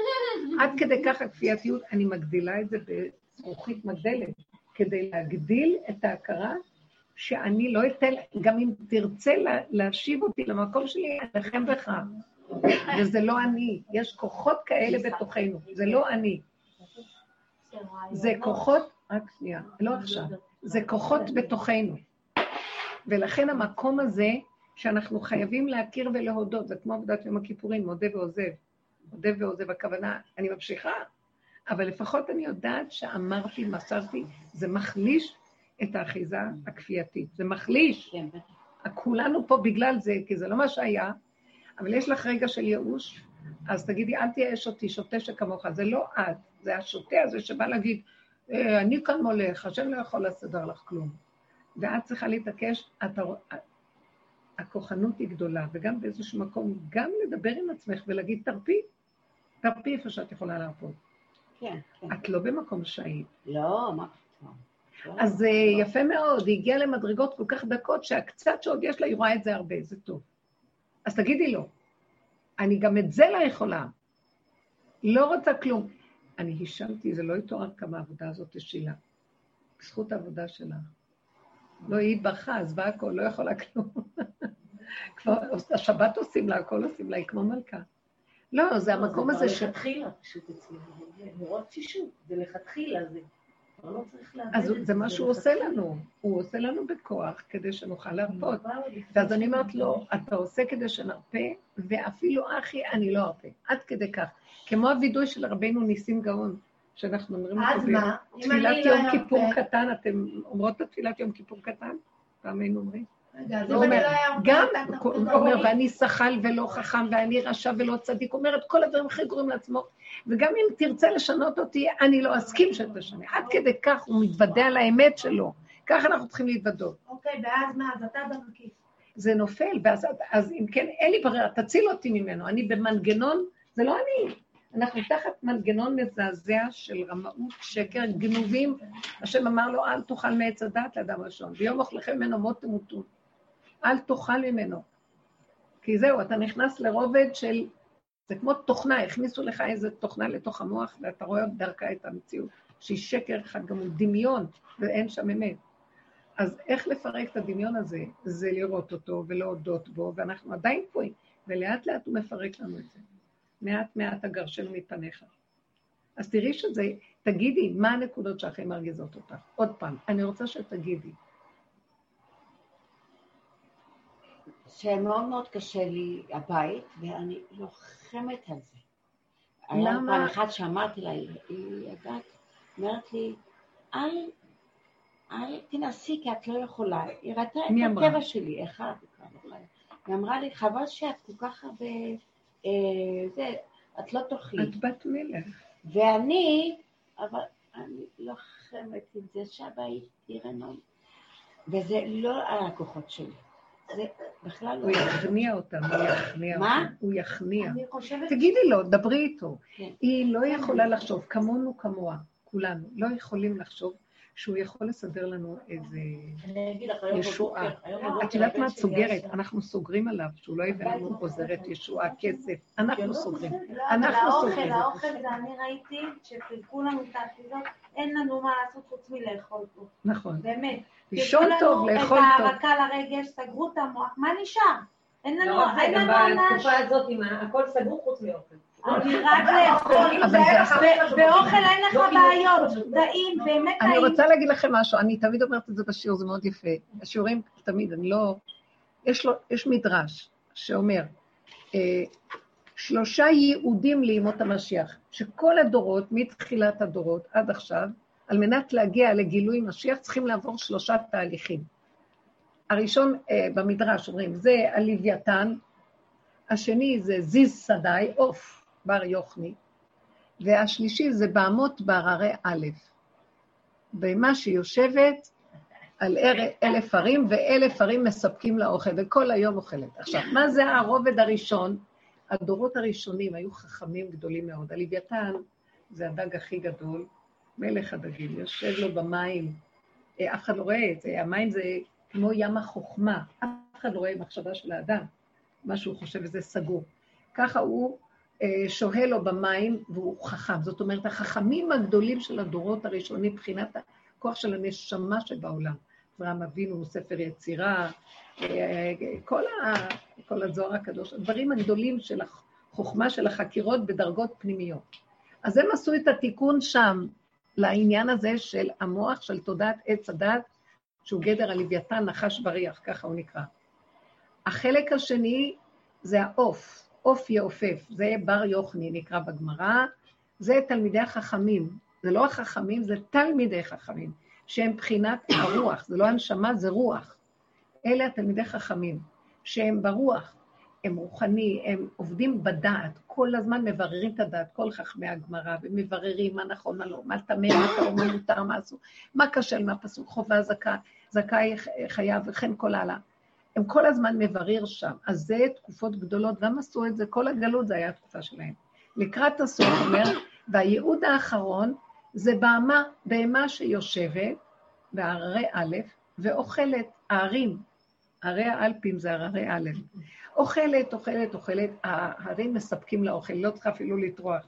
עד כדי כך הכפייתיות, אני מגדילה את זה בזכוכית מגדלת, כדי להגדיל את ההכרה, שאני לא אתן, גם אם תרצה להשיב אותי למקום שלי, אליכם בך. וזה לא אני, יש כוחות כאלה בתוכנו, זה לא אני. זה כוחות, רק שנייה, לא עכשיו, זה כוחות בתוכנו. ולכן המקום הזה שאנחנו חייבים להכיר ולהודות, זה כמו עבודת יום הכיפורים, מודה ועוזב. מודה ועוזב, הכוונה, אני ממשיכה, אבל לפחות אני יודעת שאמרתי, מסרתי, זה מחליש את האחיזה הכפייתית. זה מחליש. כולנו פה בגלל זה, כי זה לא מה שהיה, אבל יש לך רגע של ייאוש, אז תגידי, אל תייאש אותי, שוטה שכמוך, זה לא את, זה השוטה הזה שבא להגיד, אני כאן מולך, השם לא יכול לסדר לך כלום. ואת צריכה להתעקש, הכוחנות היא גדולה, וגם באיזשהו מקום, גם לדבר עם עצמך ולהגיד, תרפי, תרפי איפה שאת יכולה להרפות. כן, כן. את לא במקום שהיית. לא, מה פתאום. אז זה יפה מאוד, היא הגיעה למדרגות כל כך דקות, שהקצת שעוד יש לה, היא רואה את זה הרבה, זה טוב. אז תגידי לו, אני גם את זה לא יכולה, לא רוצה כלום. אני הישמתי, זה לא יתואר כמה העבודה הזאת תשילה. בזכות העבודה שלה. לא, היא ברכה, אז בא הכל, לא יכולה כלום. כבר, השבת עושים לה, הכל עושים לה, היא כמו מלכה. לא, זה המקום הזה ש... זה לכתחילה פשוט אצלנו, נראות פשוט, זה לכתחילה, זה... אז זה מה שהוא עושה לנו, הוא עושה לנו בכוח כדי שנוכל להרפות. ואז אני אומרת לו, אתה עושה כדי שנרפה, ואפילו אחי, אני לא ארפה, עד כדי כך. כמו הוידוי של רבינו ניסים גאון, שאנחנו אומרים אותו בתפילת יום כיפור קטן, אתם אומרות בתפילת יום כיפור קטן? פעם היינו אומרים? גם, הוא אומר, ואני שחל ולא חכם, ואני רשע ולא צדיק, אומר את כל הדברים הכי גרועים לעצמו, וגם אם תרצה לשנות אותי, אני לא אסכים שתשנה. עד כדי כך הוא מתוודע על האמת שלו. כך אנחנו צריכים להתוודות. אוקיי, ואז מה? אז אתה במקיף. זה נופל, ואז, אז אם כן, אין לי ברירה, תציל אותי ממנו. אני במנגנון, זה לא אני. אנחנו תחת מנגנון מזעזע של רמאות, שקר, גנובים. השם אמר לו, אל תאכל מעץ הדת לאדם ראשון. ביום אוכלכם ממנו מות תמותון. אל תאכל ממנו. כי זהו, אתה נכנס לרובד של, זה כמו תוכנה, הכניסו לך איזה תוכנה לתוך המוח, ואתה רואה דרכה את המציאות, שהיא שקר אחד, גם הוא דמיון, ואין שם אמת. אז איך לפרק את הדמיון הזה? זה לראות אותו ולהודות בו, ואנחנו עדיין פה, ולאט לאט הוא מפרק לנו את זה. מעט מעט הגרשנו מפניך. אז תראי שזה, תגידי, מה הנקודות שהכי מרגיזות אותך? עוד פעם, אני רוצה שתגידי. שמאוד מאוד קשה לי הבית, ואני לוחמת על זה. למה? היה פעם אחת שאמרתי לה, היא הגעת, אומרת לי, אל, אל תנסי כי את לא יכולה. היא ראתה את הטבע שלי, אחד, היא אמרה לי, חבל שאת כל כך הרבה, אה, זה, את לא תוכלי. את בת מלך. ואני, אבל אני לוחמת עם זה שהבית ירנון, וזה לא על הכוחות שלי. זה בכלל לא. הוא יכניע אותם, הוא יכניע אותם. מה? הוא יכניע. אני חושבת... תגידי לו, דברי איתו. היא לא יכולה לחשוב, כמונו כמוה, כולנו, לא יכולים לחשוב שהוא יכול לסדר לנו איזה ישועה. את יודעת מה את סוגרת? אנחנו סוגרים עליו, שהוא לא יביא לנו עוזרת ישועה, כסף. אנחנו סוגרים. אנחנו סוגרים. האוכל זה אני ראיתי שחילקו לנו את האחיזות, אין לנו מה לעשות חוץ מלאכול פה. נכון. באמת. לישון טוב, לאכול טוב. את הרקה לרגש, סגרו את המוח, מה נשאר? אין לנו, לא, אין לנו גם בתקופה הזאת, הכל סגור חוץ מאוכל. אני רק לאכול, באוכל אין לך בעיות, טעים, באמת טעים. אני רוצה להגיד לכם משהו, אני תמיד אומרת את זה בשיעור, זה מאוד יפה. השיעורים תמיד, אני לא... יש לו, יש מדרש שאומר, שלושה ייעודים לימות המשיח, שכל הדורות, מתחילת הדורות עד עכשיו, על מנת להגיע לגילוי משיח, צריכים לעבור שלושה תהליכים. הראשון במדרש אומרים, זה הלוויתן, השני זה זיז שדי, אוף, בר יוחני, והשלישי זה בהמות בהררי א', במה שיושבת על אלף ערים, ואלף ערים מספקים לאוכל, וכל היום אוכלת. עכשיו, מה זה הרובד הראשון? הדורות הראשונים היו חכמים גדולים מאוד. הלוויתן זה הדג הכי גדול, מלך הדגים, יושב לו במים, אף אחד לא רואה את זה, המים זה כמו ים החוכמה, אף אחד לא רואה מחשבה של האדם, מה שהוא חושב וזה סגור. ככה הוא שוהה לו במים והוא חכם, זאת אומרת, החכמים הגדולים של הדורות הראשונים, מבחינת הכוח של הנשמה שבעולם, אברהם אבינו, ספר יצירה, כל, ה, כל הזוהר הקדוש, הדברים הגדולים של החוכמה של החקירות בדרגות פנימיות. אז הם עשו את התיקון שם, לעניין הזה של המוח של תודעת עץ הדת, שהוא גדר הלוויתן נחש בריח, ככה הוא נקרא. החלק השני זה העוף, עוף יעופף, זה בר יוחני נקרא בגמרא, זה תלמידי החכמים, זה לא החכמים, זה תלמידי חכמים, שהם בחינת הרוח, זה לא הנשמה, זה רוח. אלה התלמידי חכמים, שהם ברוח, הם רוחני, הם עובדים בדעת, כל הזמן מבררים את הדעת, כל חכמי הגמרא, ומבררים מה נכון, מה לא, מה תמה, מה קרוב, מה מותר, מה עשו, מה קשל, מה פסוק, חובה, זכה, זכאי חייב, וכן כל הלאה. הם כל הזמן מברר שם, אז זה תקופות גדולות, גם עשו את זה, כל הגלות זה היה התקופה שלהם. לקראת הסוף אומר, והייעוד האחרון, זה בהמה, בהמה שיושבת, בהררי א', ואוכלת הערים, הרי האלפים זה הררי א', אוכלת, אוכלת, אוכלת, ההרים מספקים לאוכל, לא צריכה אפילו לטרוח.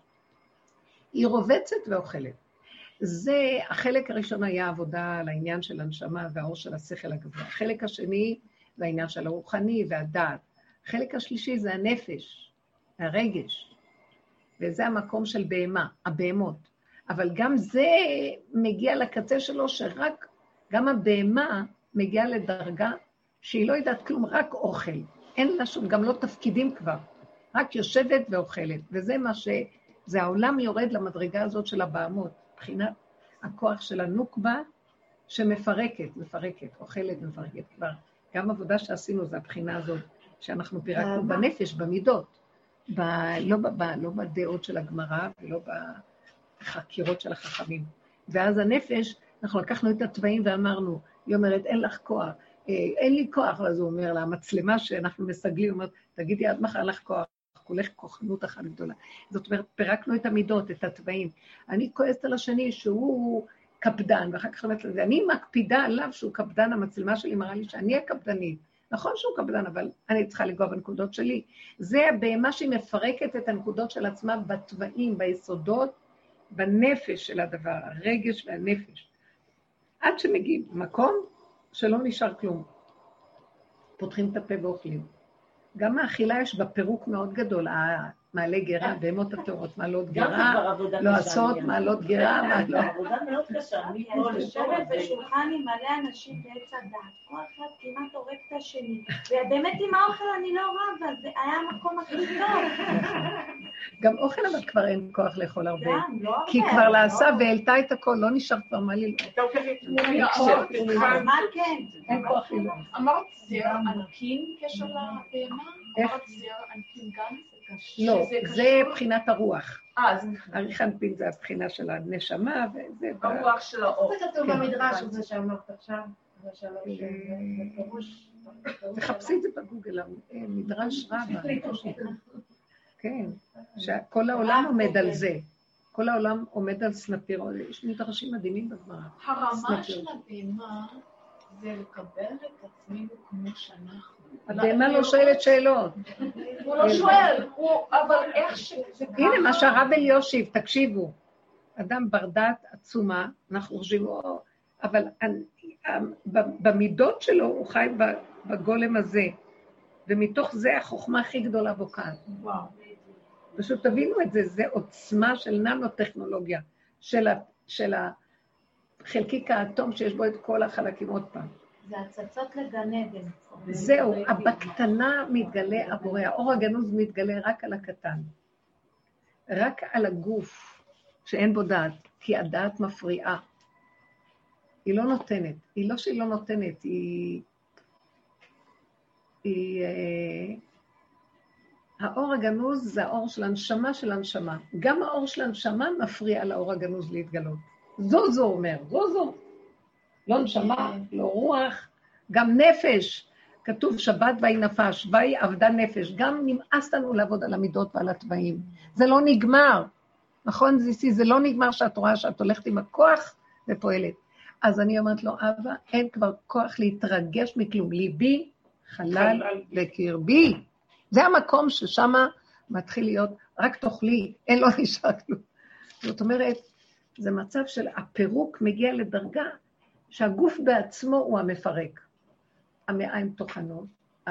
היא רובצת ואוכלת. זה, החלק הראשון היה עבודה על העניין של הנשמה והאור של השכל הגבוה. החלק השני זה העניין של הרוחני והדעת. החלק השלישי זה הנפש, הרגש. וזה המקום של בהמה, הבהמות. אבל גם זה מגיע לקצה שלו שרק, גם הבהמה מגיעה לדרגה שהיא לא יודעת כלום, רק אוכל. אין לה שום, גם לא תפקידים כבר. רק יושבת ואוכלת. וזה מה ש... זה העולם יורד למדרגה הזאת של הבהמות, מבחינת הכוח של הנוקבה שמפרקת, מפרקת, אוכלת, מפרקת כבר. גם עבודה שעשינו, זה הבחינה הזאת, שאנחנו פירקנו בנפש, במידות, ב, לא, ב, לא בדעות של הגמרא, ולא בחקירות של החכמים. ואז הנפש, אנחנו לקחנו את הטבעים ואמרנו, היא אומרת, אין לך כוח, אין לי כוח, אז הוא אומר לה, המצלמה שאנחנו מסגלים, אומרת, תגידי, עד מחר לך כוח, הולך כוחנות אחת גדולה. זאת אומרת, פירקנו את המידות, את הטבעים. אני כועסת על השני שהוא קפדן, ואחר כך אומרת לזה, אני מקפידה עליו שהוא קפדן, המצלמה שלי מראה לי שאני הקפדנית. נכון שהוא קפדן, אבל אני צריכה לגוע בנקודות שלי. זה הבהמה שהיא מפרקת את הנקודות של עצמה בטבעים, ביסודות, בנפש של הדבר, הרגש והנפש. עד שמגיעים מקום שלא נשאר כלום. פותחים את הפה ואוכלים. גם האכילה יש בפירוק מאוד גדול, מעלה גרה, בהמות התאורות, מעלות גרה, לא עשות, מעלות גרה, מעלות... עבודה מאוד קשה, אני פה לשבת בשולחן עם מלא אנשים בעץ הדת, כל אחד כמעט הורג את השני, ובאמת עם האוכל אני לא רבה, זה היה המקום הכי טוב. גם אוכל אבל כבר אין כוח לאכול הרבה, כי כבר לעשה והעלתה את הכל, לא נשאר כבר מה ללמוד. אתה הופך אז מה כן? אין כוח ללמוד. אמרת זרע ענקים קשר לבהמה? אמרת זרע ענקים גם? לא, זה בחינת הרוח. אה, זה עריך אנפין זה הבחינה של הנשמה, וזה... הרוח של האור. זה כתוב במדרש הזה שאמרת עכשיו, זה שאמרת בפירוש. תחפשי את זה בגוגל, מדרש רבה. כן, שכל העולם עומד על זה. כל העולם עומד על סנפיר, יש מדרשים מדהימים בגמרא. הרמה של הבהמה זה לקבל את עצמנו כמו שאנחנו. הבהמה לא שואלת שאלות. הוא לא שואל, אבל איך ש... הנה מה שהרב אליושיב, תקשיבו. אדם בר דעת עצומה, אנחנו חושבים, אבל במידות שלו הוא חי בגולם הזה, ומתוך זה החוכמה הכי גדולה בו כאן. וואו. פשוט תבינו את זה, זה עוצמה של ננו-טכנולוגיה, של החלקיק האטום שיש בו את כל החלקים עוד פעם. זה הצצות לגן עדן. זהו, בקטנה מתגלה הבורא, האור הגנוז מתגלה רק על הקטן, רק על הגוף שאין בו דעת, כי הדעת מפריעה. היא לא נותנת, היא לא שהיא לא נותנת, היא... היא... האור הגנוז זה האור של הנשמה של הנשמה. גם האור של הנשמה מפריע לאור הגנוז להתגלות. זו זו אומר, זו זו. לא נשמה, לא רוח, גם נפש. כתוב שבת והיא נפש, והיא עבדה נפש. גם נמאס לנו לעבוד על המידות ועל הטבעים. זה לא נגמר. נכון, זיסי, זה לא נגמר שאת רואה שאת הולכת עם הכוח ופועלת. אז אני אומרת לו, אבא, אין כבר כוח להתרגש מכלום. ליבי חלל לקרבי. זה המקום ששם מתחיל להיות, רק תאכלי, אין לו נשאר כלום. זאת אומרת, זה מצב של הפירוק מגיע לדרגה, שהגוף בעצמו הוא המפרק. המעיים תוכנות,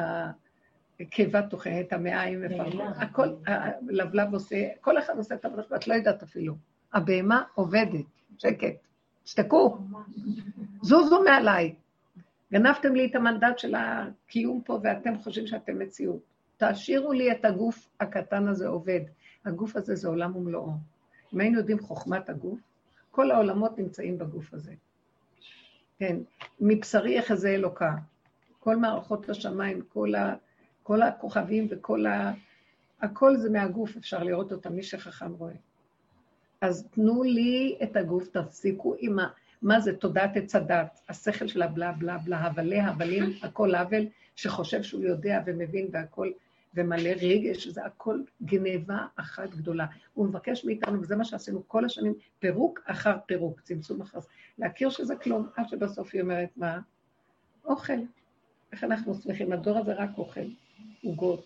הקיבה תוכנת, המעיים מפרקות, הכל, הלבלב עושה, כל אחד עושה את עבודה, ואת לא יודעת אפילו. הבהמה עובדת, שקט, שתקו, זוזו מעליי. גנבתם לי את המנדט של הקיום פה, ואתם חושבים שאתם מציאות. תשאירו לי את הגוף הקטן הזה עובד. הגוף הזה זה עולם ומלואו. אם היינו יודעים חוכמת הגוף, כל העולמות נמצאים בגוף הזה. כן, מבשרי יחזה אלוקה. כל מערכות השמיים, כל, ה, כל הכוכבים וכל ה... הכל זה מהגוף, אפשר לראות אותם, מי שחכם רואה. אז תנו לי את הגוף, תפסיקו עם ה... מה זה תודעת עץ הדת, השכל של הבלה בלה בלה, הבלי, הבלים, הכל הבל, שחושב שהוא יודע ומבין והכל, ומלא רגש, זה הכל גניבה אחת גדולה. הוא מבקש מאיתנו, וזה מה שעשינו כל השנים, פירוק אחר פירוק, צמצום אחר, להכיר שזה כלום, עד שבסוף היא אומרת מה? אוכל. איך אנחנו שמחים? הדור הזה רק אוכל, עוגות.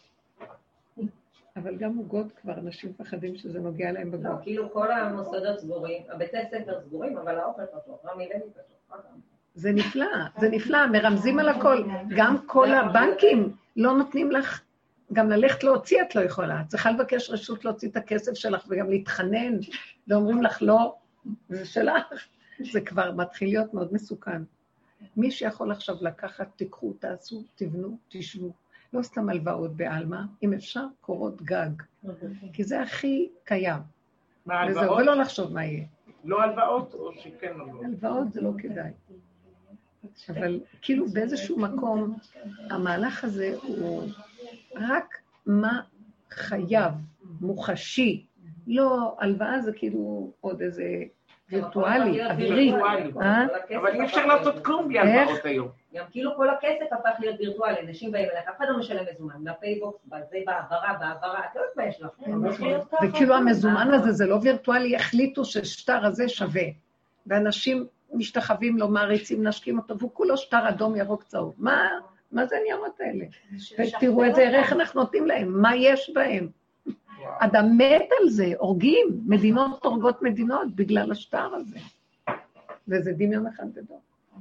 אבל גם עוגות כבר, אנשים פחדים שזה נוגע להם בגוף. לא, כאילו כל המוסדות סגורים, הבתי ספר סגורים, אבל האוכל פתוח, רמי לוי פתוח. זה נפלא, זה נפלא, מרמזים על הכל. גם כל הבנקים לא נותנים לך, גם ללכת להוציא את לא יכולה. את צריכה לבקש רשות להוציא את הכסף שלך וגם להתחנן, ואומרים לך לא, זה שלך. זה כבר מתחיל להיות מאוד מסוכן. מי שיכול עכשיו לקחת, תיקחו, תעשו, תבנו, תשבו. לא סתם הלוואות בעלמה, אם אפשר קורות גג. כי זה הכי קיים. מה הלוואות? וזהו, ולא לחשוב מה יהיה. לא הלוואות או שכן הלוואות? הלוואות זה לא כדאי. אבל כאילו באיזשהו מקום, המהלך הזה הוא רק מה חייב, מוחשי. לא, הלוואה זה כאילו עוד איזה וירטואלי, אווירי. אבל אי אפשר לעשות כלום בלי הלוואות היום. גם כאילו כל הכסף הפך להיות וירטואלי, אנשים באים אליך, אף אחד לא משלם מזומן, בפייבוקס, בזה, בעברה, בעברה, את לא מתבייש לך. וכאילו המזומן הזה, זה לא וירטואלי, החליטו ששטר הזה שווה. ואנשים משתחווים לו, מעריצים, נשקים אותו, והוא כולו שטר אדום, ירוק, צהוב. מה, מה זה הניירות האלה? ותראו את זה, איך אנחנו נותנים להם, מה יש בהם? אדם מת על זה, הורגים, מדינות הורגות מדינות בגלל השטר הזה. וזה דמיון אחד גדול.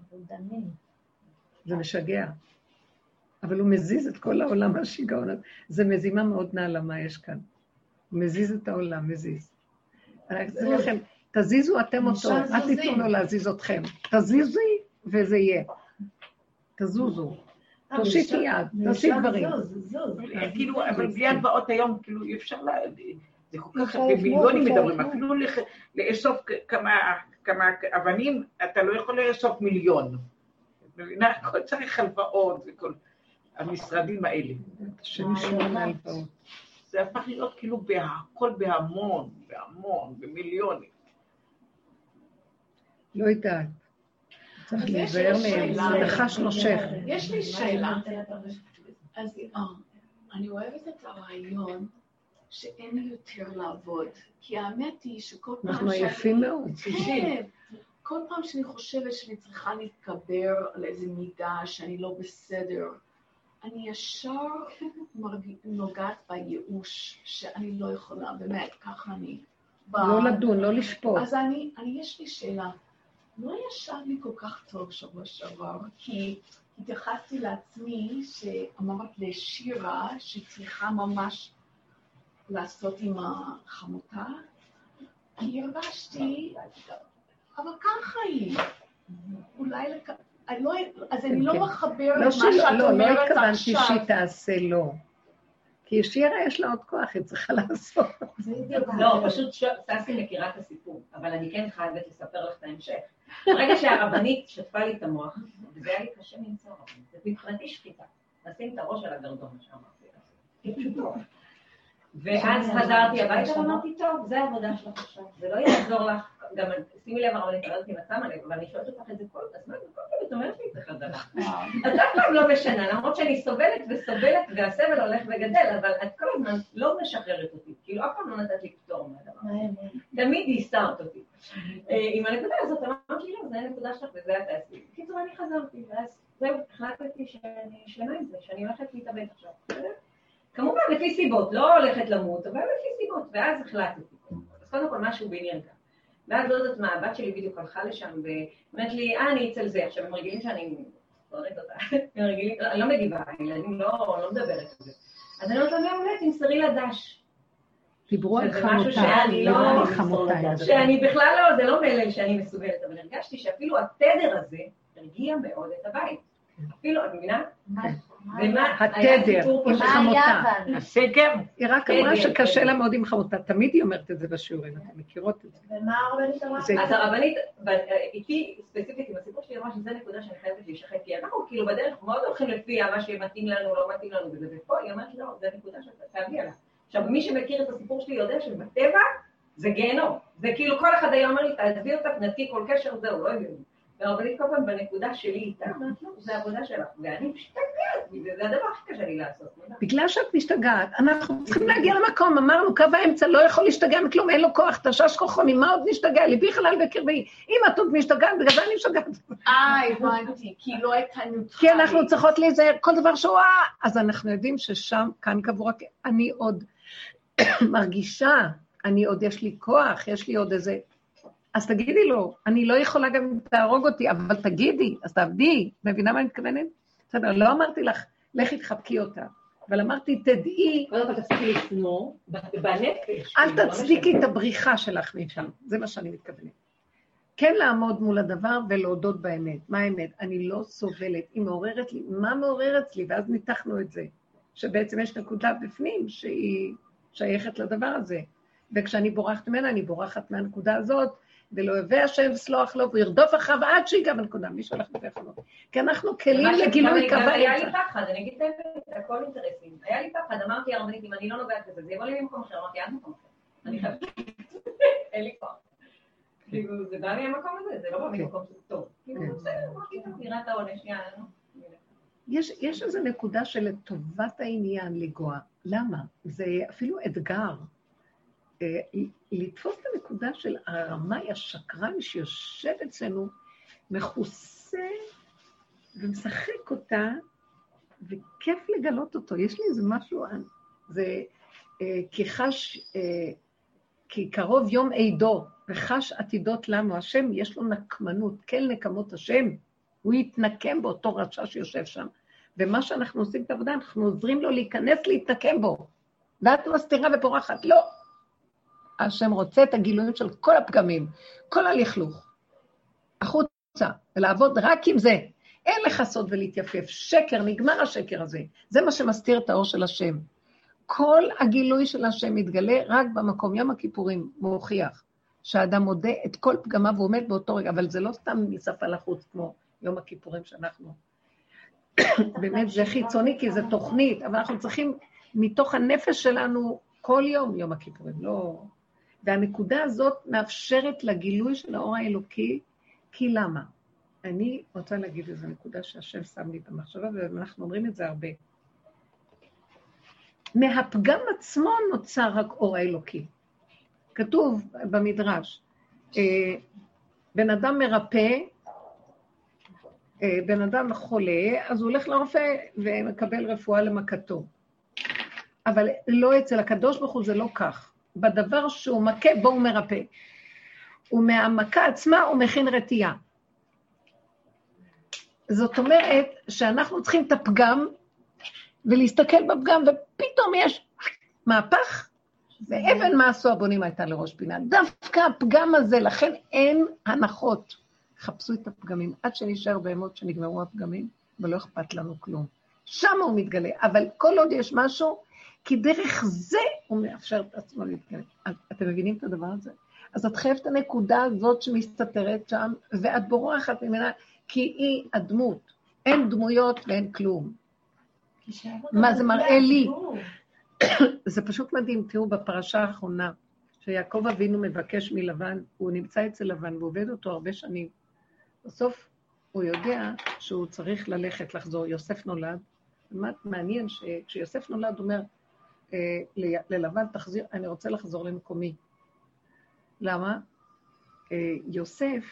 זה משגע. אבל הוא מזיז את כל העולם השיגעון. זה מזימה מאוד נעלה מה יש כאן. הוא מזיז את העולם, מזיז. זה לכם, תזיזו אתם אותו, אל תיתנו לו להזיז אתכם. תזיזי וזה יהיה. תזוזו. תושיטי יד, תעשי דברים. כאילו, אבל בלי הלוואות היום, כאילו, אי אפשר ל... זה כל כך במיליונים מדברים, אפילו לאסוף כמה אבנים, אתה לא יכול לאסוף מיליון. מבינה, הכל צריך הלוואות וכל המשרדים האלה. שנשאר להלוואות. זה הפך להיות כאילו הכל בהמון, בהמון, במיליונים. לא יודעת. צריך להיזהר מהם, זה נחש נושך. יש לי שאלה. אז אני אוהבת את הרעיון שאין לי יותר לעבוד, כי האמת היא שכל פעם... אנחנו עייפים מאוד. כן, כל פעם שאני חושבת שאני צריכה להתגבר על איזו מידה שאני לא בסדר, אני ישר נוגעת בייאוש שאני לא יכולה, באמת, ככה אני... לא לדון, לא לשפוט. אז אני, אני, יש לי שאלה. לא ישב לי כל כך טוב שבוע שעבר, כי התייחסתי לעצמי שאמרת לשירה שצריכה ממש לעשות עם החמותה, כי הרגשתי, אבל ככה היא. אולי, לק... אני לא, אז אני לא מחבר למה שאת אומרת עכשיו. לא התכוונתי שהיא תעשה לא. כי שירה יש לה עוד כוח, היא צריכה לעשות. לא, פשוט ססי מכירה את הסיפור, אבל אני כן חייבת לספר לך את ההמשך. ברגע שהרבנית שטפה לי את המוח, וזה היה לי קשה למצוא רבנית, זה מבחינתי שחיטה, נשים את הראש על הגרדום, שאמרתי לה. ואז חזרתי הביתה ואמרתי, טוב, זה העבודה שלך עכשיו, זה לא יעזור לך, גם שימי לב הרבנית, לא יודעת אם את שמה לב, אבל אני שואלת אותך את זה כל הזמן, וכל פעם את אומרת לי את זה חזרה. אז אף פעם לא משנה, למרות שאני סובלת וסובלת, והסבל הולך וגדל, אבל את כל הזמן לא משחררת אותי, כאילו אף פעם לא נתת לי פתור מהדבר. תמיד ייסרת אותי. עם הנקודה הזאת, אמרתי לי, זה הנקודה שלך וזה את תעשי. בקיצור, אני חזרתי, ואז זהו, החלטתי שאני שלמה עם זה, שאני הולכת להתאבד עכשיו. כמובן, לפי סיבות, לא הולכת למות, אבל לפי סיבות, ואז החלטתי. אז קודם כל משהו בעניין גם. ואז לא יודעת מה, הבת שלי בדיוק הלכה לשם, ואומרת לי, אה, אני אצל זה. עכשיו, הם רגילים שאני... לא יודעת אותה. הם רגילים, אני לא מגיבה, הילדים לא מדברת על זה. אז אני אומרת לה, מעולה, תמסרי לדש. דיברו על חמותה, דיברו על חמותה. שאני בכלל לא, זה לא מלל שאני מסוגלת, אבל הרגשתי שאפילו התדר הזה הרגיע מאוד את הבית. אפילו, את מבינה? התדר עם חמותה. הסגר. היא רק אמרה שקשה לה מאוד עם חמותה. תמיד היא אומרת את זה בשיעורים, אתם מכירות את זה. ומה הרבנית אמרה? אז הרבנית, איתי ספציפית עם הסיפור שלי, אמרה שזה נקודה שאני חייבת להישחק, כי אנחנו כאילו בדרך מאוד הולכים לפי מה שמתאים לנו, לא מתאים לנו בזה, ופה היא אמרת לא, זה נקודה שאתה תעבי עליו. עכשיו, מי שמכיר את הסיפור שלי יודע שבטבע זה גיהנום. זה כאילו כל אחד היה אומר לי, תעזבי אותך, נתי כל קשר, זהו, לא הגיוני. והרבנית כל פעם בנקודה שלי איתה, אמרת לא, זה העבודה שלך, ואני משתגעת, זה הדבר הכי קשה לי לעשות. בגלל שאת משתגעת, אנחנו צריכים להגיע למקום, אמרנו, קו האמצע לא יכול להשתגע מכלום, אין לו כוח, תשש כוחו, ממה עוד נשתגע? ליבי חלל בקרבי, אם את עוד משתגעת, בגלל זה אני משתגעת. אה, הבנתי, כי לא הייתה נותחלית. כי אנחנו צריכות להיזהר, כל דבר שהוא, אז אנחנו יודעים ששם, כאן קבור, אני עוד מרגישה, אני עוד יש לי כוח, יש לי עוד איזה... אז תגידי לו, אני לא יכולה גם תהרוג אותי, אבל תגידי, אז תעבדי, מבינה מה אני מתכוונת? בסדר, לא אמרתי לך, לכי תחבקי אותה, אבל אמרתי, תדעי... קודם כל תפסיקי לפנות, בנפש. אל תצדיקי את הבריחה שלך משם, זה מה שאני מתכוונת. כן לעמוד מול הדבר ולהודות באמת. מה האמת? אני לא סובלת, היא מעוררת לי, מה מעוררת לי? ואז ניתחנו את זה, שבעצם יש נקודה בפנים שהיא שייכת לדבר הזה. וכשאני בורחת ממנה, אני בורחת מהנקודה הזאת, ולא יביא השם סלוח לו, וירדוף אחריו עד שיגע בנקודה, מי שהולך בדרך לו. כי אנחנו כלים לגילוי קו האמצע. היה לי פחד, אני אגיד את האמת, הכל אינטרסים. היה לי פחד, אמרתי הרבנית, אם אני לא נוגעת בזה, זה יבוא לי ממקום אחר, אמרתי, עד מקום אחר. אני חייבת, אין לי כוח. כאילו, זה בא מהמקום הזה, זה לא בא ממקום שזה טוב. כאילו, בסדר, אמרתי, נראה את העונש, יאללה, יש, יש איזו נקודה של לטובת העניין לגוע. למה? זה אפילו אתגר. לתפוס את הנקודה של הרמאי השקרן שיושב אצלנו, מכוסה ומשחק אותה, וכיף לגלות אותו. יש לי איזה משהו, זה כי חש, כי קרוב יום עידו, וחש עתידות לנו. השם יש לו נקמנות, כן נקמות השם. הוא יתנקם באותו רשע שיושב שם. ומה שאנחנו עושים את העבודה, אנחנו עוזרים לו להיכנס להתנקם בו. ואת מסתירה ופורחת. לא. השם רוצה את הגילויים של כל הפגמים, כל הלכלוך. החוצה, ולעבוד רק עם זה. אין לחסות ולהתייפף. שקר, נגמר השקר הזה. זה מה שמסתיר את האור של השם. כל הגילוי של השם מתגלה רק במקום. יום הכיפורים מוכיח שהאדם מודה את כל פגמיו ועומד באותו רגע, אבל זה לא סתם משפה לחוץ כמו יום הכיפורים שאנחנו. באמת זה חיצוני כי זה תוכנית, אבל אנחנו צריכים מתוך הנפש שלנו כל יום יום הכיפורים, לא... והנקודה הזאת מאפשרת לגילוי של האור האלוקי, כי למה? אני רוצה להגיד איזו נקודה שהשם שם לי במחשבה, ואנחנו אומרים את זה הרבה. מהפגם עצמו נוצר רק אור האלוקי. כתוב במדרש, בן אדם מרפא, בן אדם חולה, אז הוא הולך לרופא ומקבל רפואה למכתו. אבל לא אצל הקדוש ברוך הוא זה לא כך. בדבר שהוא מכה בו הוא מרפא. ומהמכה עצמה הוא מכין רתיעה. זאת אומרת שאנחנו צריכים את הפגם, ולהסתכל בפגם, ופתאום יש מהפך, ואבן מעשו הבונים הייתה לראש פינה. דווקא הפגם הזה, לכן אין הנחות. חפשו את הפגמים, עד שנשאר בהמות שנגמרו הפגמים, ולא אכפת לנו כלום. שם הוא מתגלה, אבל כל עוד יש משהו, כי דרך זה הוא מאפשר את עצמו להתגלה. אתם מבינים את הדבר הזה? אז את חייבת את הנקודה הזאת שמסתתרת שם, ואת בורחת ממנה, כי היא הדמות. אין דמויות ואין כלום. מה זה מראה לי? זה פשוט מדהים, תראו בפרשה האחרונה, שיעקב אבינו מבקש מלבן, הוא נמצא אצל לבן, והוא עובד אותו הרבה שנים. בסוף הוא יודע שהוא צריך ללכת, לחזור. יוסף נולד, מעניין שכשיוסף נולד, הוא אומר אה, ללבן, תחזיר, אני רוצה לחזור למקומי. למה? אה, יוסף,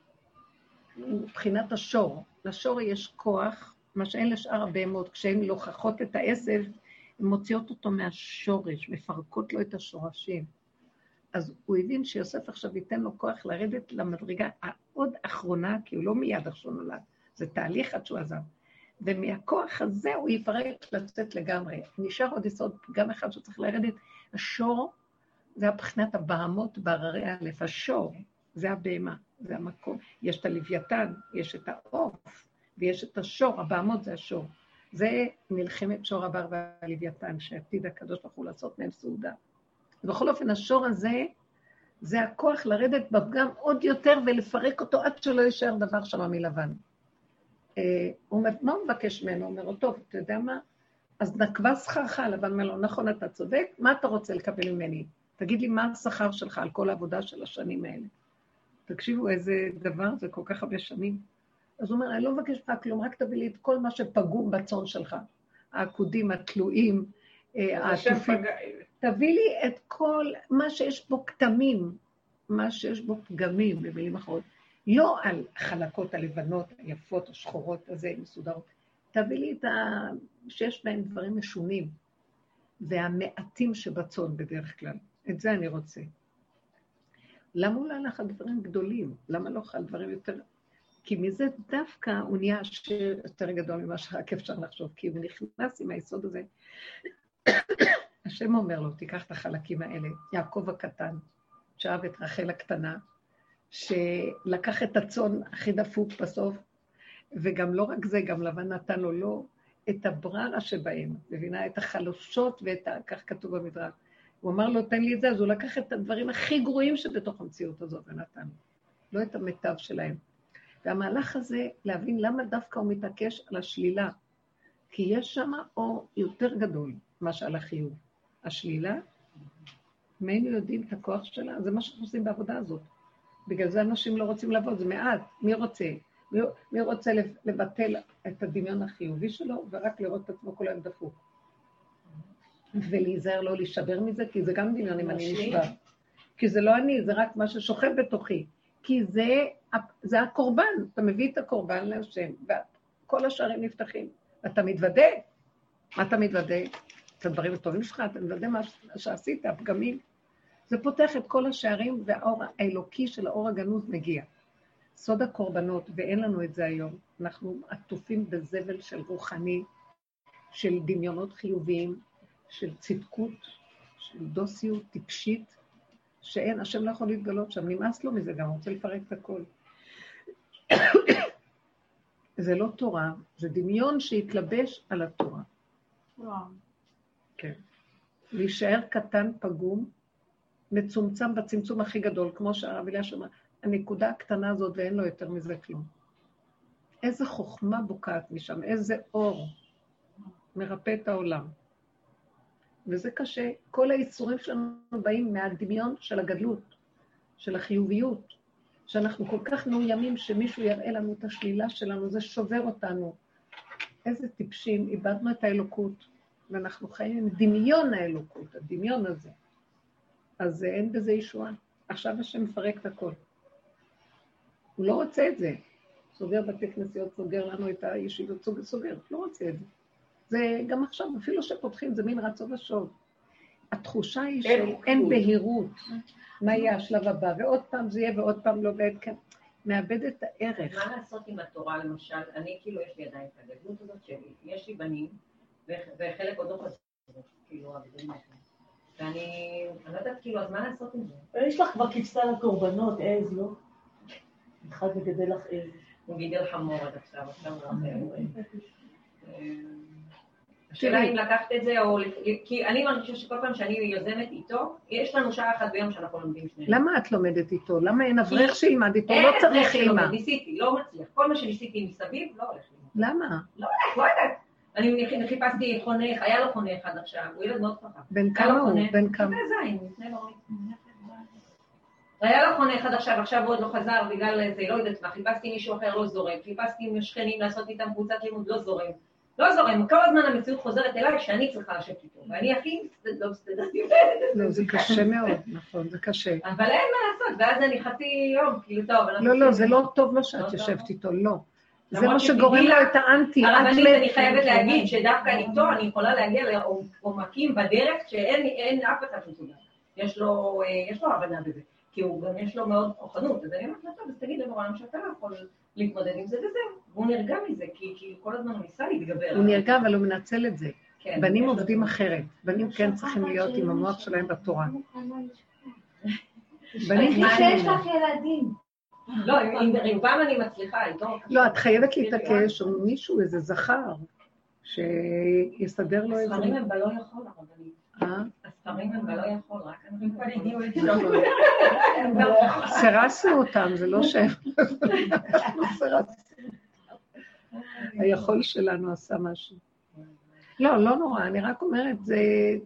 מבחינת השור, לשור יש כוח, מה שאין לשאר הבהמות, כשהן לוכחות את העשב, הן מוציאות אותו מהשורש, מפרקות לו את השורשים. אז הוא הבין שיוסף עכשיו ייתן לו כוח לרדת למדרגה העוד אחרונה, כי הוא לא מיד עכשיו נולד, זה תהליך עד שהוא עזב. ומהכוח הזה הוא יפרק לצאת לגמרי. נשאר עוד יסוד, גם אחד שצריך לרדת, השור זה הבחינת הבהמות בהררי א', השור זה הבהמה, זה המקום. יש את הלוויתן, יש את העוף, ויש את השור, הבהמות זה השור. זה מלחמת שור הבר והלוויתן, שעתיד הקדוש ברוך הוא לעשות מהם סעודה. ובכל אופן, השור הזה, זה הכוח לרדת בפגם עוד יותר ולפרק אותו עד שלא יישאר דבר שם מלבן. הוא אומר, מה הוא מבקש ממנו? הוא אומר לו, טוב, אתה יודע מה? אז נקבע שכרך, לבן אומר לו, נכון, אתה צודק, מה אתה רוצה לקבל ממני? תגיד לי, מה השכר שלך על כל העבודה של השנים האלה? תקשיבו, איזה דבר, זה כל כך הרבה שנים. אז הוא אומר, אני לא מבקש לך כלום, רק תביא לי את כל מה שפגום בצון שלך. העקודים, התלויים, העטופים. תביא לי את כל מה שיש בו כתמים, מה שיש בו פגמים, במילים אחרות. לא על החלקות הלבנות, היפות, השחורות, הזה, מסודרות. תביא לי את ה... שיש בהם דברים משונים, והמעטים שבצון בדרך כלל. את זה אני רוצה. למה הוא לא הלך על דברים גדולים? למה לא על דברים יותר... כי מזה דווקא הוא נהיה עשיר יותר גדול ממה שרק אפשר לחשוב, כי הוא נכנס עם היסוד הזה. השם אומר לו, תיקח את החלקים האלה, יעקב הקטן, שאהב את רחל הקטנה, שלקח את הצאן הכי דפוק בסוף, וגם לא רק זה, גם לבן נתן לו לא, את הבררה שבהם, מבינה, את החלושות ואת ה... כך כתוב במדרש. הוא אמר לו, תן לי את זה, אז הוא לקח את הדברים הכי גרועים שבתוך המציאות הזאת ונתן. לא את המיטב שלהם. והמהלך הזה, להבין למה דווקא הוא מתעקש על השלילה. כי יש שם אור יותר גדול, מה שעל החיוב. השלילה, אם היינו יודעים את הכוח שלה, זה מה שאנחנו עושים בעבודה הזאת. בגלל זה אנשים לא רוצים לעבוד, זה מעט. מי רוצה? מי, מי רוצה לבטל את הדמיון החיובי שלו, ורק לראות את עצמו כל היום דפוק. ולהיזהר לא להישבר מזה, כי זה גם דמיון אם אני נשבר. כי זה לא אני, זה רק מה ששוכב בתוכי. כי זה, זה הקורבן, אתה מביא את הקורבן להשם, וכל השערים נפתחים. אתה מתוודה. מה אתה מתוודה? את הדברים הטובים שלך, אתה מתוודה מה שעשית, הפגמים. זה פותח את כל השערים, והאור האלוקי של האור הגנוז מגיע. סוד הקורבנות, ואין לנו את זה היום, אנחנו עטופים בזבל של רוחני, של דמיונות חיוביים, של צדקות, של דוסיות טיפשית, שאין, השם לא יכול להתגלות שם, נמאס לו מזה גם, רוצה לפרק את הכל. זה לא תורה, זה דמיון שהתלבש על התורה. וואו. כן. להישאר קטן, פגום, מצומצם בצמצום הכי גדול, כמו שהרב אליהו אמר, הנקודה הקטנה הזאת ואין לו יותר מזה כלום. איזה חוכמה בוקעת משם, איזה אור מרפא את העולם. וזה קשה, כל האיסורים שלנו באים מהדמיון של הגדלות, של החיוביות, שאנחנו כל כך מאוימים שמישהו יראה לנו את השלילה שלנו, זה שובר אותנו. איזה טיפשים, איבדנו את האלוקות, ואנחנו חיים עם דמיון האלוקות, הדמיון הזה. אז אין בזה ישועה. עכשיו השם מפרק את הכל. הוא לא רוצה את זה. סוגר בתי כנסיות, סוגר לנו את הישיבות, סוגר, סוגר, לא רוצה את זה. זה גם עכשיו, אפילו שפותחים, זה מין רצון ושוב. התחושה היא שאין בהירות מה יהיה השלב הבא, ועוד פעם זה יהיה ועוד פעם לא, ועד כן, מאבד את הערך. מה לעשות עם התורה, למשל? אני כאילו, יש לי עדיין את הגדלות הזאת שלי, יש לי בנים, וחלק עוד לא חזרו, כאילו, הבדלים האלה. ואני, אני לא יודעת, כאילו, אז מה לעשות עם זה? יש לך כבר קצתה לקורבנות, עז, לא? אחד מגדל לך עז. הוא גידל חמור עד עכשיו, עכשיו הוא אחר. השאלה אם לקחת את זה, או... כי אני מרגישה שכל פעם שאני יוזמת איתו, יש לנו שעה אחת ביום שאנחנו לומדים שנינו. למה את לומדת איתו? למה אין אברך שילמד איתו? לא צריך אימא. ניסיתי, לא מצליח. כל מה שניסיתי מסביב, לא הולך לי. למה? לא הולך, לא יודעת. אני חיפשתי חונך, היה לו חונך עד עכשיו, הוא ילד מאוד חכם. בן כמה הוא? בן כמה? זין, לפני לא היה לו חונך עד עכשיו, עכשיו הוא עוד לא חזר בגלל זה, לא יודעת מה, חיפשתי מישהו אחר, לא זורם, חיפשתי עם שכנים לעשות איתם קבוצת לימוד, לא זורם. לא זורם, כל הזמן המציאות חוזרת אליי שאני צריכה לשבת איתו, ואני הכי לא מסתדרתי. לא, זה קשה מאוד, נכון, זה קשה. אבל אין מה לעשות, ואז אני חצי יום, כאילו טוב. לא, לא, זה לא טוב לו שאת יושבת איתו, לא. זה מה שגורם לו את האנטי. הרבנית, אני חייבת להגיד שדווקא איתו אני יכולה להגיע לעומקים בדרך שאין אף אחד מסודר. יש לו הבנה בזה, כי הוא גם יש לו מאוד כוחנות, אז אני אומרת לו, טוב, אז תגיד למורם שאתה לא יכול להתמודד עם זה וזהו. והוא נרגע מזה, כי כל הזמן הוא ניסה להתגבר. הוא נרגע, אבל הוא מנצל את זה. בנים עובדים אחרת. בנים כן צריכים להיות עם המוח שלהם בתורה. בנים שיש לך ילדים. לא, עם רובם אני מצליחה איתו. לא, את חייבת להתעקש, או מישהו, איזה זכר, שיסדר לו את זה. הספרים הם בלא יכול, הרבנית. אה? הספרים הם בלא יכול, רק אנשים כבר הגיעו את זה. סרסנו אותם, זה לא שהם. היכול שלנו עשה משהו. לא, לא נורא, אני רק אומרת, זה...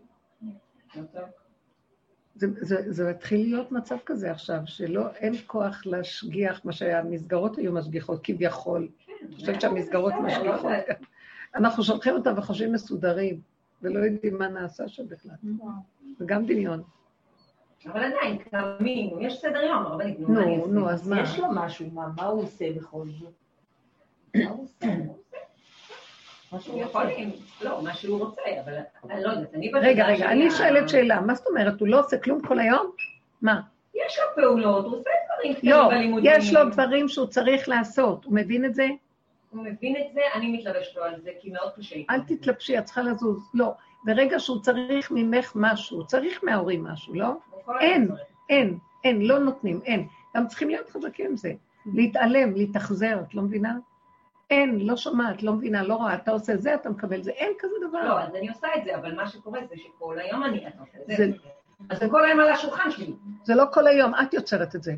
זה, זה, זה התחיל להיות מצב כזה עכשיו, שלא, אין כוח להשגיח, מה שהמסגרות היו משגיחות, כביכול. אני חושבת שהמסגרות משגיחות. אנחנו שולחים אותם וחושבים מסודרים, ולא יודעים מה נעשה שם בכלל. זה גם דמיון. אבל עדיין, קמים, יש סדר יום, הרבנית. נו, נו, אז מה? יש לו משהו, מה הוא עושה בכל זאת? מה הוא עושה? הוא יכול, לא, מה שהוא רוצה, אבל אני לא יודעת, אני... רגע, רגע, אני שואלת שאלה, מה זאת אומרת, הוא לא עושה כלום כל היום? מה? יש לו פעולות, הוא עושה דברים קטנים לא, בלימודים. יש לו דברים שהוא צריך לעשות, הוא מבין את זה? הוא מבין את זה, אני מתלבשת לו על זה, כי מאוד קשה. אל תתלבשי, את צריכה לזוז, לא. ברגע שהוא צריך ממך משהו, צריך מההורים משהו, לא? אין, אין, אין, לא נותנים, אין. גם צריכים להיות חזקים עם זה. להתעלם, להתאכזר, את לא מבינה? אין, לא שומעת, לא מבינה, לא רואה, אתה עושה זה, אתה מקבל זה, אין כזה דבר. לא, אז אני עושה את זה, אבל מה שקורה זה שכל היום אני, אתה עושה את זה. אז זה כל היום על השולחן שלי. זה לא כל היום, את יוצרת את זה.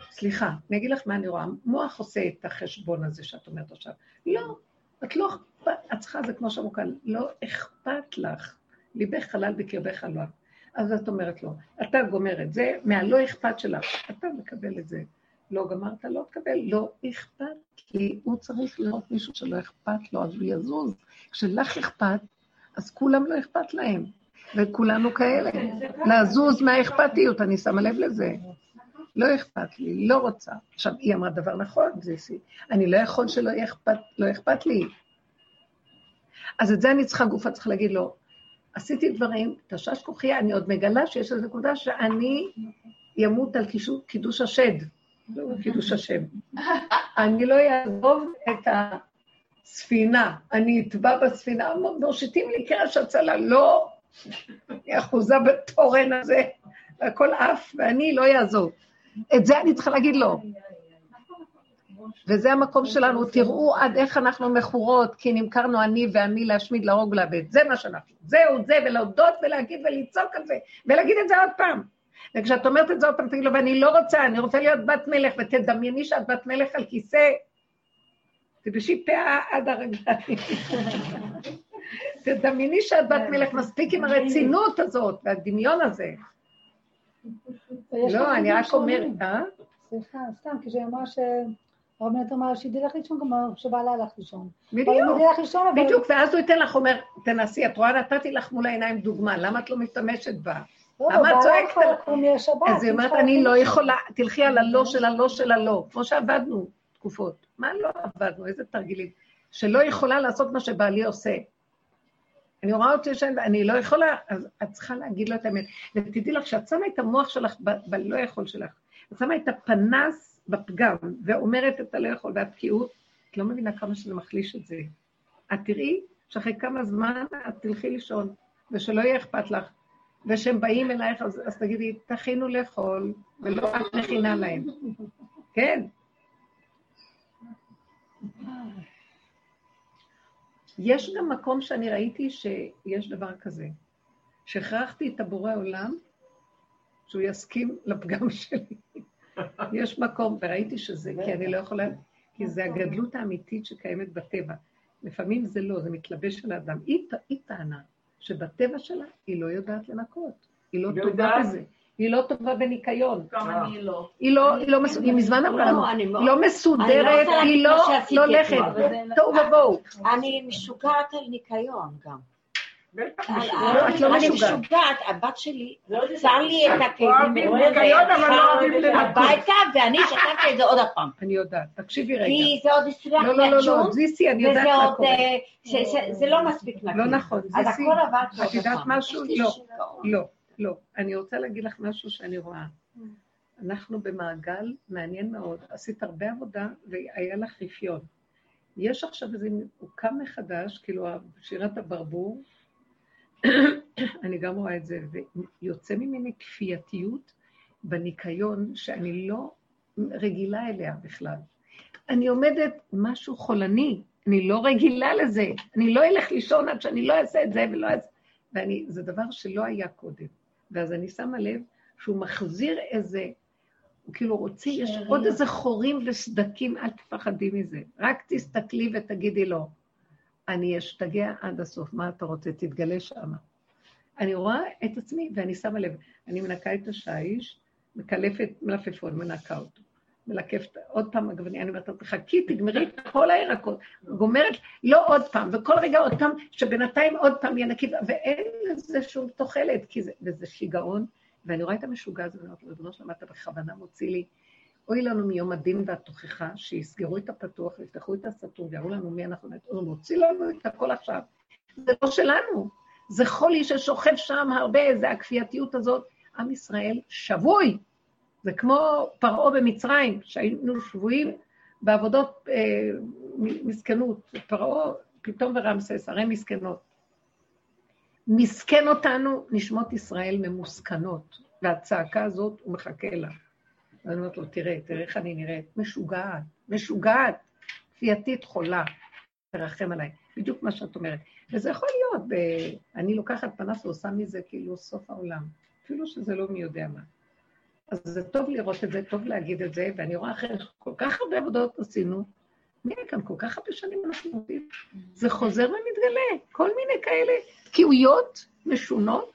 סליחה, אני אגיד לך מה אני רואה, מוח עושה את החשבון הזה שאת אומרת עכשיו. לא, את לא אכפת, את צריכה, זה כמו שאמרו כאן, לא אכפת לך, ליבך חלל בקרבך לא. אז את אומרת לו, אתה גומר את זה, מהלא אכפת שלך, אתה מקבל את זה. לא גמרת, לא תקבל, לא אכפת לי, הוא צריך לראות מישהו שלא אכפת לו, אז הוא יזוז. כשלך אכפת, אז כולם לא אכפת להם, וכולנו כאלה. להזוז מהאכפתיות, אני שמה לב לזה. לא אכפת לי, לא רוצה. עכשיו, היא אמרה דבר נכון, זיסי. אני לא יכול שלא אכפת, לא אכפת לי. אז את זה אני צריכה, גופה צריך להגיד לו, עשיתי דברים, תשש כוחי, אני עוד מגלה שיש איזו נקודה שאני ימות על קידוש השד. לא קידוש השם. אני לא אעזוב את הספינה, אני אטבע בספינה, מושיטים לי קרש הצלה, לא, היא אחוזה בתורן הזה, והכל אף, ואני לא יעזוב. את זה אני צריכה להגיד לו. וזה המקום שלנו, תראו עד איך אנחנו מכורות, כי נמכרנו אני ועמי להשמיד, להרוג ולאבד. זה מה שאנחנו. זהו, זה, ולהודות ולהגיד ולצעוק על זה, ולהגיד את זה עוד פעם. וכשאת אומרת את זה עוד פעם, תגיד לו, ואני לא רוצה, אני רוצה להיות בת מלך, ותדמייני שאת בת מלך על כיסא, תבשי פאה עד הרגליים. תדמייני שאת בת מלך, מספיק עם הרצינות הזאת, והדמיון הזה. לא, אני רק אומרת, אה? סליחה, סתם, כשהיא אמרה ש... הרבנית אמרה, שהיא לך לישון, גם שבעלה הלך לישון. בדיוק, בדיוק, ואז הוא ייתן לך, אומר, תנסי, את רואה, נתתי לך מול העיניים דוגמה, למה את לא משתמשת בה? למה את צועקת? אז היא אומרת, אני לא יכולה, תלכי על הלא של הלא של הלא, כמו שעבדנו תקופות. מה לא עבדנו? איזה תרגילים? שלא יכולה לעשות מה שבעלי עושה. אני רואה אותי שאני לא יכולה, אז את צריכה להגיד לו את האמת. ותדעי לך, שאת שמה את המוח שלך בלא יכול שלך, את שמה את הפנס בפגם, ואומרת את הלא יכול והתקיעות, את לא מבינה כמה שזה מחליש את זה. את תראי שאחרי כמה זמן את תלכי לישון, ושלא יהיה אכפת לך, ושהם באים אלייך, אז, אז תגידי, תכינו לאכול, ולא את מכינה להם. כן. יש גם מקום שאני ראיתי שיש דבר כזה, שהכרחתי את הבורא עולם, שהוא יסכים לפגם שלי. יש מקום, וראיתי שזה, כי אני לא יכולה, כי זה הגדלות האמיתית שקיימת בטבע. לפעמים זה לא, זה מתלבש על האדם. היא, היא טענה שבטבע שלה היא לא יודעת לנקות. היא לא טובה בזה. היא לא טובה בניקיון. גם אני לא. היא לא, היא לא מסודרת, היא מזמן אמרה לנו, היא לא מסודרת, היא לא הולכת. טוב ובואו. אני משוגעת על ניקיון גם. את לא אני משוגעת, הבת שלי, צר לי את הכלים, הביתה, ואני שתקתי את זה עוד הפעם. אני יודעת, תקשיבי רגע. כי זה עוד הסריח לא, לא, לא, לא, זיסי, אני יודעת מה קורה. זה לא מספיק נקי. לא נכון, אז זיסי, הכל עבד עוד את יודעת הפעם. משהו? לא, לא, לא. אני רוצה להגיד לך משהו שאני רואה. אנחנו במעגל מעניין מאוד, עשית הרבה עבודה והיה לך רפיון. יש עכשיו איזה, הוא קם מחדש, כאילו שירת הברבור, אני גם רואה את זה, ויוצא ממני כפייתיות בניקיון שאני לא רגילה אליה בכלל. אני עומדת משהו חולני, אני לא רגילה לזה, אני לא אלך לישון עד שאני לא אעשה את זה ולא אעשה, ואני, זה דבר שלא היה קודם. ואז אני שמה לב שהוא מחזיר איזה, הוא כאילו רוצה, יש עוד איזה חורים וסדקים, אל תפחדי מזה, רק תסתכלי ותגידי לו, אני אשתגע עד הסוף, מה אתה רוצה? תתגלה שם. אני רואה את עצמי, ואני שמה לב, אני מנקה את השיש, מקלפת מלפפון, מנקה אותו, מלקפת עוד פעם עגבני, אני אומרת, תחכי, תגמרי את כל הירקות, גומרת, לא עוד פעם, וכל רגע עוד פעם, שבינתיים עוד פעם ינקי, ואין לזה שום תוחלת, כי זה, וזה שיגעון, ואני רואה את המשוגע הזה, ואני אומרת, לבנו שלמה, אתה בכוונה מוציא לי, אוי לנו מיום הדין והתוכחה, שיסגרו את הפתוח, ויפתחו את הסתום, ויראו לנו מי אנחנו, הוא מוציא לנו את הכל עכשיו. זה לא שלנו, זה חולי ששוכב שם הרבה, זה הכפייתיות הזאת. עם ישראל שבוי, זה כמו פרעה במצרים, שהיינו שבויים בעבודות אה, מסכנות, פרעה פתאום ורמסס, הרי מסכנות. מסכן אותנו, נשמות ישראל ממוסכנות, והצעקה הזאת הוא מחכה לה. ואני אומרת לו, תראה, תראה איך אני נראית, משוגעת, משוגעת, כפייתית חולה, תרחם עליי, בדיוק מה שאת אומרת. וזה יכול להיות, ב- אני לוקחת פנס ועושה מזה כאילו סוף העולם, אפילו שזה לא מי יודע מה. אז זה טוב לראות את זה, טוב להגיד את זה, ואני רואה אחרי כל כך הרבה עבודות עשינו, מי כאן כל כך הרבה שנים אנחנו עובדים, זה חוזר ומתגלה, כל מיני כאלה תקיעויות משונות,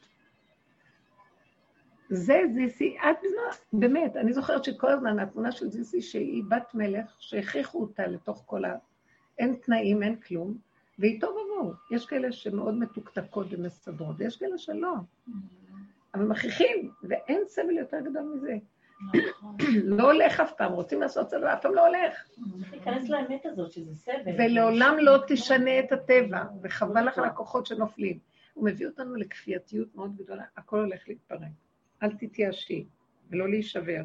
זה זיסי, את בזמן, באמת, אני זוכרת שכל הזמן התמונה של זיסי שהיא בת מלך, שהכריחו אותה לתוך כל ה... אין תנאים, אין כלום, והיא טוב עבור. יש כאלה שמאוד מתוקתקות ומסדרות, ויש כאלה שלא. אבל מכריחים, ואין סבל יותר גדול מזה. לא הולך אף פעם, רוצים לעשות סבל, אף פעם לא הולך. צריך להיכנס לאמת הזאת, שזה סבל. ולעולם לא תשנה את הטבע, וחבל לך על הכוחות שנופלים. הוא מביא אותנו לכפייתיות מאוד גדולה, הכל הולך להתפרק. אל תתייאשי, ולא להישבר.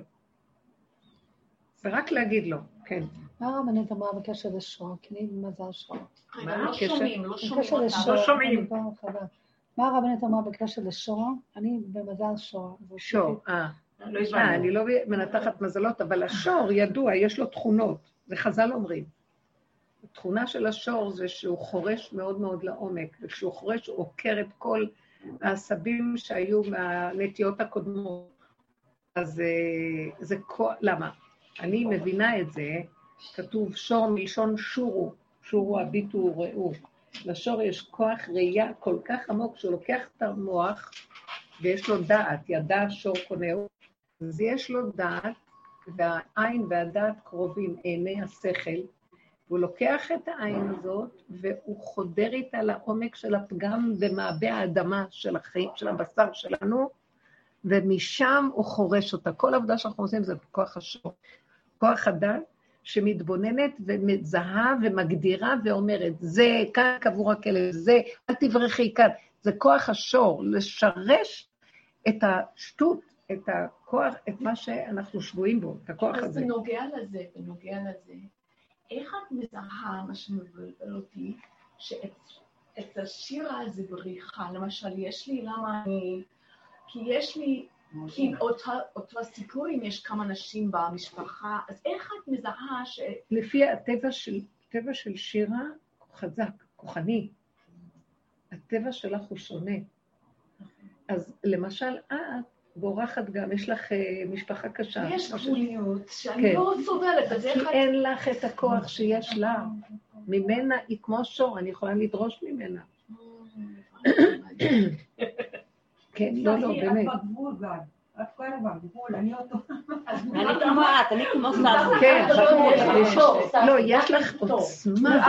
ורק להגיד לו, כן. מה הרבנית אמרה בקשר לשואה? כי אני במזל שואה. רגע, לא שומעים, לא שומעים בקשר אותם. לשואה, לא שומעים. אני בהרחבה. מה הרבנית אמרה בקשר לשואה? אני במזל שואה. שור, אה. לא אה, הזמנו. אני לא מנתחת מזלות, אבל השור ידוע, יש לו תכונות, זה חז"ל אומרים. התכונה של השור זה שהוא חורש מאוד מאוד לעומק, וכשהוא חורש הוא עוקר את כל העשבים שהיו מהנטיות הקודמות. אז זה, למה? אני מבינה את זה, כתוב שור מלשון שורו, שורו הביטו וראו. לשור יש כוח ראייה כל כך עמוק, שהוא לוקח את המוח, ויש לו דעת, ידע שור קונהו, אז יש לו דעת, והעין והדעת קרובים, עיני השכל, והוא לוקח את העין הזאת, והוא חודר איתה לעומק של הפגם במעבה האדמה של החיים, של הבשר שלנו, ומשם הוא חורש אותה. כל העבודה שאנחנו עושים זה כוח השור. כוח הדעת שמתבוננת ומזהה ומגדירה ואומרת, זה כאן קבור הכלב, זה אל תברכי כאן. זה כוח השור, לשרש את השטות, את הכוח, את מה שאנחנו שבועים בו, את הכוח אז הזה. בנוגע לזה, בנוגע לזה, איך את מזהה מה שמבלבל אותי, שאת השיר הזה בריחה, למשל, יש לי, למה אני, כי יש לי, כי אותו, אותו סיפור אם יש כמה נשים במשפחה, אז איך את מזהה ש... לפי הטבע של, טבע של שירה, חזק, כוחני. הטבע שלך הוא שונה. אז למשל, את בורחת גם, יש לך משפחה קשה. יש גבוליות שאני כן. לא סובלת, אז איך כי את... אין לך את הכוח שיש לה. ממנה היא כמו שור, אני יכולה לדרוש ממנה. כן, לא, לא, באמת. את בגבול גם, את כבר בגבול, אני אותו. אני כמו את, אני כמו סתם. כן, לא, יש לך עוצמה.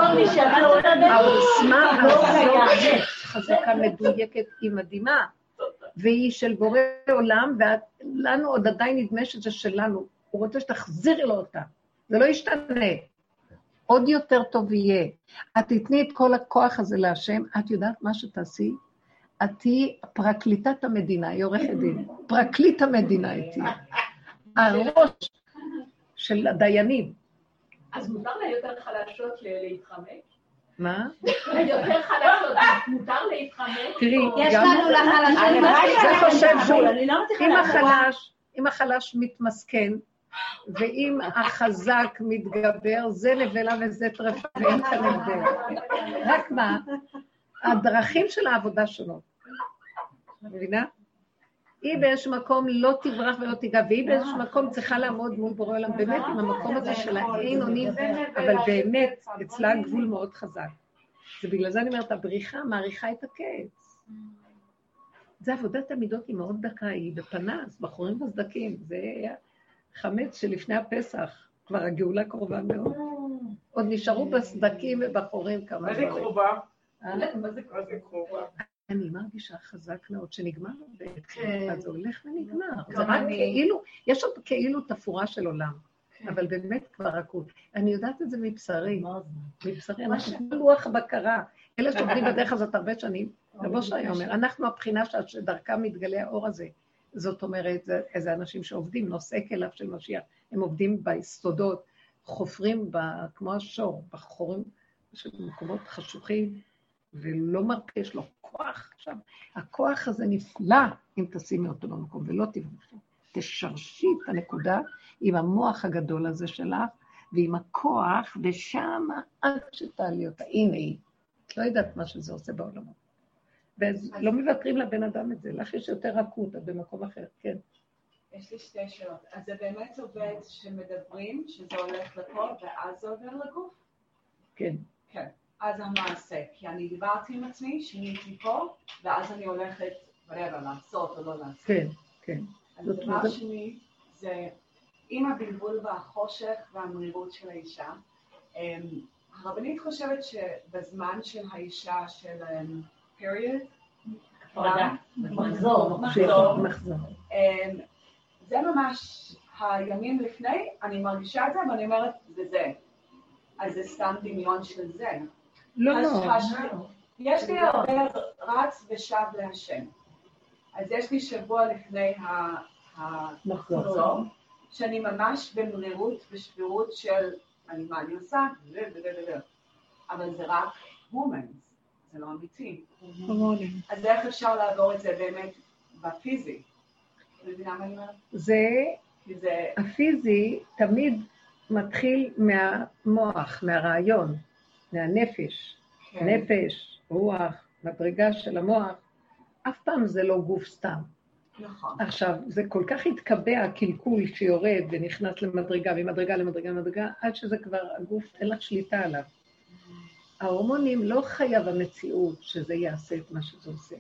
העוצמה הזאת חזקה מדויקת, היא מדהימה, והיא של בורא עולם, ולנו עוד עדיין נדמה שזה שלנו. הוא רוצה שתחזירי לו אותה, זה לא ישתנה. עוד יותר טוב יהיה. את תתני את כל הכוח הזה להשם, את יודעת מה שתעשי? את היא פרקליטת המדינה, היא עורכת דין. פרקליט המדינה איתי. הראש של הדיינים. אז מותר לה יותר חלשות להתחמק? מה? יותר חלשות, מותר להתחמק? תראי, יש לנו לחלשים. זה חושב שהוא, אם החלש, אם החלש מתמסכן, ואם החזק מתגבר, זה נבלה וזה טרפה, ואין כאן הבדל. רק מה? הדרכים של העבודה שונות. מבינה? היא באיזשהו מקום לא תברח ולא תיגע, והיא באיזשהו מקום צריכה לעמוד מול בורא עולם, באמת עם המקום הזה של האין אונים, אבל באמת אצלה גבול מאוד חזק. זה בגלל זה אני אומרת, הבריחה מעריכה את הקץ. זה עבודת המידות היא מאוד דקה, היא בפנס, בחורים בסדקים, זה חמץ שלפני הפסח, כבר הגאולה קרובה מאוד. עוד נשארו בסדקים ובחורים כמה מה זה קרובה? מה זה קרובה? אני מרגישה חזק מאוד שנגמר, אז זה הולך ונגמר. זה רק כאילו, יש עוד כאילו תפורה של עולם, אבל באמת כבר רכות. אני יודעת את זה מבשרי, מבשרי, אנחנו כמו לוח בקרה, אלה שעובדים בדרך הזאת הרבה שנים, רבו שהיה אומר, אנחנו הבחינה שדרכם מתגלה האור הזה, זאת אומרת, איזה אנשים שעובדים, נושאי כליו של משיח, הם עובדים ביסודות, חופרים כמו השור, בחורים של מקומות חשוכים, ולא מרפא, יש לו כוח. עכשיו, הכוח הזה נפלא אם תשימי אותו במקום, ולא תברכי. תשרשי את הנקודה עם המוח הגדול הזה שלך, ועם הכוח, ושם עד שתעלי אותה. הנה היא. את לא יודעת מה שזה עושה בעולמות. ולא מבטרים לבן אדם את זה. לך יש יותר רכות, את במקום אחר, כן. יש לי שתי שאלות. אז זה באמת עובד שמדברים, שזה הולך לפה, ואז זה עובר לגוף? כן. כן. אז המעשה, כי אני דיברתי עם עצמי, שיניתי פה, ואז אני הולכת, whatever, לעשות או לא לעשות. כן, כן. אז דבר שני, זה עם הבלבול והחושך והמרירות של האישה, הרבנית חושבת שבזמן של האישה של period, מחזור, מחזור. זה ממש הימים לפני, אני מרגישה את זה, ואני אומרת, זה זה. אז זה סתם דמיון של זה. לא, לא. יש לי הרבה רץ ושב להשם. אז יש לי שבוע לפני המחזור, שאני ממש במרירות ושבירות של, אני מה אני עושה, ו ו ו ו אבל זה רק מומנט, זה לא אמיתי. אז איך אפשר לעבור את זה באמת בפיזי? מבינה מה אני אומרת? זה, הפיזי תמיד מתחיל מהמוח, מהרעיון, מהנפש. נפש, רוח, מדרגה של המוח, אף פעם זה לא גוף סתם. נכון. עכשיו, זה כל כך התקבע הקלקול שיורד ונכנס למדרגה, ממדרגה למדרגה למדרגה, עד שזה כבר הגוף, אין לך שליטה עליו. ההורמונים לא חייב המציאות שזה יעשה את מה שזה עושה.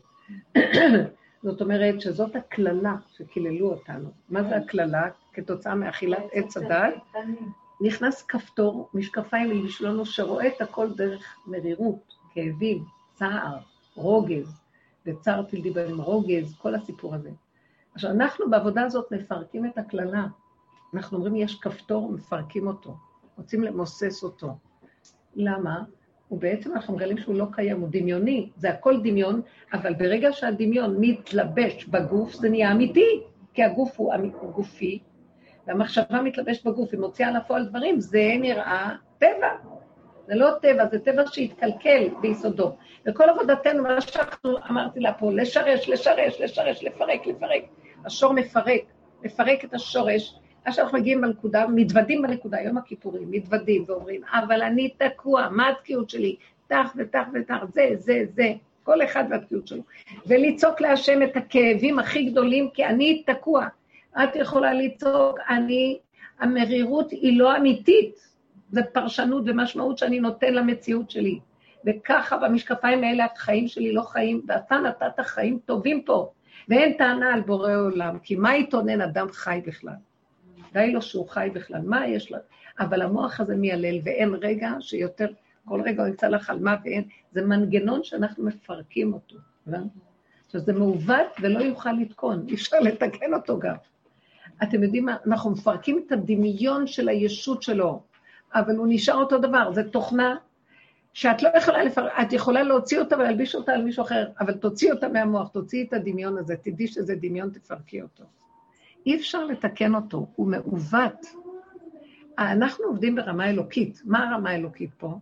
זאת אומרת שזאת הכללה שקיללו אותנו. מה זה הכללה? כתוצאה מאכילת עץ הדת, נכנס כפתור, משקפיים ילבישו לנו שרואה את הכל דרך מרירות, כאבים, צער, רוגז, וצער תלדי בהם רוגז, כל הסיפור הזה. עכשיו, אנחנו בעבודה הזאת מפרקים את הכללה. אנחנו אומרים, יש כפתור, מפרקים אותו, רוצים למוסס אותו. למה? ובעצם אנחנו מגלים שהוא לא קיים, הוא דמיוני, זה הכל דמיון, אבל ברגע שהדמיון מתלבש בגוף, זה נהיה אמיתי, כי הגוף הוא גופי, והמחשבה מתלבש בגוף, היא מוציאה לפועל דברים, זה נראה טבע. זה לא טבע, זה טבע שהתקלקל ביסודו. וכל עבודתנו, מה שאנחנו אמרתי לה פה, לשרש, לשרש, לשרש, לפרק, לפרק. השור מפרק, לפרק את השורש, אז שאנחנו מגיעים בנקודה, מתוודים בנקודה, יום הכיפורים, מתוודים ואומרים, אבל אני תקוע, מה התקיעות שלי? תח ותח ותח, זה, זה, זה, כל אחד והתקיעות שלו. וליצוק להשם את הכאבים הכי גדולים, כי אני תקוע. את יכולה ליצוק, אני, המרירות היא לא אמיתית, זה פרשנות ומשמעות שאני נותן למציאות שלי. וככה במשקפיים האלה החיים שלי לא חיים, ואתה נתת חיים טובים פה, ואין טענה על בורא עולם, כי מה יתונן אדם חי בכלל? די לו שהוא חי בכלל, מה יש לה? אבל המוח הזה מיילל, ואין רגע שיותר, כל רגע הוא ימצא לך על מה ואין, זה מנגנון שאנחנו מפרקים אותו. עכשיו זה מעוות ולא יוכל לתקון, אי אפשר לתקן אותו גם. אתם יודעים מה? אנחנו מפרקים את הדמיון של הישות שלו, אבל הוא נשאר אותו דבר, זה תוכנה שאת לא יכולה לפרק, את יכולה להוציא אותה ולהלביש אותה על מישהו אחר, אבל תוציא אותה מהמוח, תוציאי את הדמיון הזה, תדעי שזה דמיון, תפרקי אותו. אי אפשר לתקן אותו, הוא מעוות. אנחנו עובדים ברמה אלוקית, מה הרמה האלוקית פה?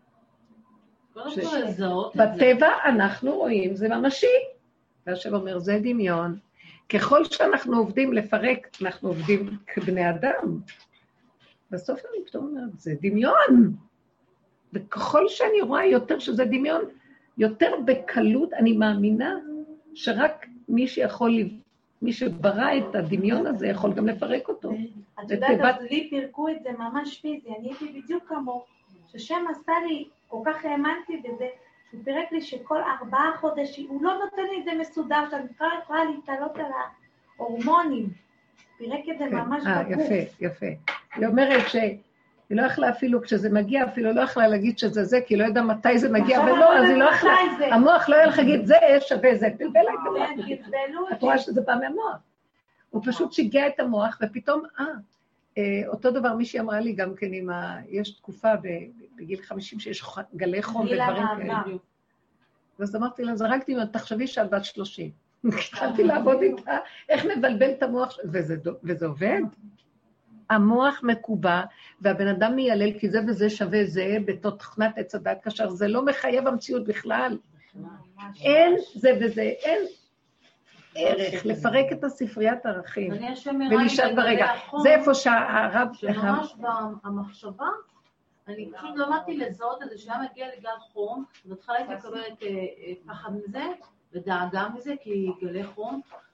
ש... בטבע אנחנו רואים, זה ממשי. והשם אומר, זה דמיון. ככל שאנחנו עובדים לפרק, אנחנו עובדים כבני אדם. בסוף אני פתאום אומרת, זה דמיון. וככל שאני רואה יותר שזה דמיון, יותר בקלות אני מאמינה שרק מי שיכול, מי שברא את הדמיון הזה יכול גם לפרק אותו. את יודעת, אז לי פירקו את זה ממש פיזי, אני הייתי בדיוק כמו, ששם עשה לי, כל כך האמנתי בזה, הוא פירק לי שכל ארבעה חודשים, הוא לא נותן לי את זה מסודר, שאני יכולה להתעלות על ההורמונים, פירק את זה ממש בגוף. יפה, יפה. היא אומרת שהיא לא יכלה אפילו, כשזה מגיע, אפילו לא יכלה להגיד שזה זה, כי היא לא יודעה מתי זה מגיע, ולא, אז היא לא יכלה, המוח לא היה לך להגיד, זה שווה, זה פלבל את המוח. את רואה שזה בא מהמוח. הוא פשוט שיגע את המוח, ופתאום, אה, אותו דבר מישהי אמרה לי גם כן, יש תקופה בגיל חמישים שיש גלי חום ודברים כאלה. ואז אמרתי לה, זרקתי, תחשבי שאת בת שלושים. התחלתי לעבוד איתה, איך מבלבל את המוח, וזה עובד. המוח מקובע, והבן אדם מיילל, כי זה וזה שווה זה, בתוכנת עץ הדת קשר, זה לא מחייב המציאות בכלל. אין זה וזה, אין ערך, לפרק את הספריית הערכים, ולשאר ברגע. זה איפה שהרב... שממש במחשבה, אני פשוט למדתי לזהות את זה, שהיה מגיע לגל חום, והתחלה הייתי לקבלת פחד מזה, ודאגה מזה, כי גלי חום,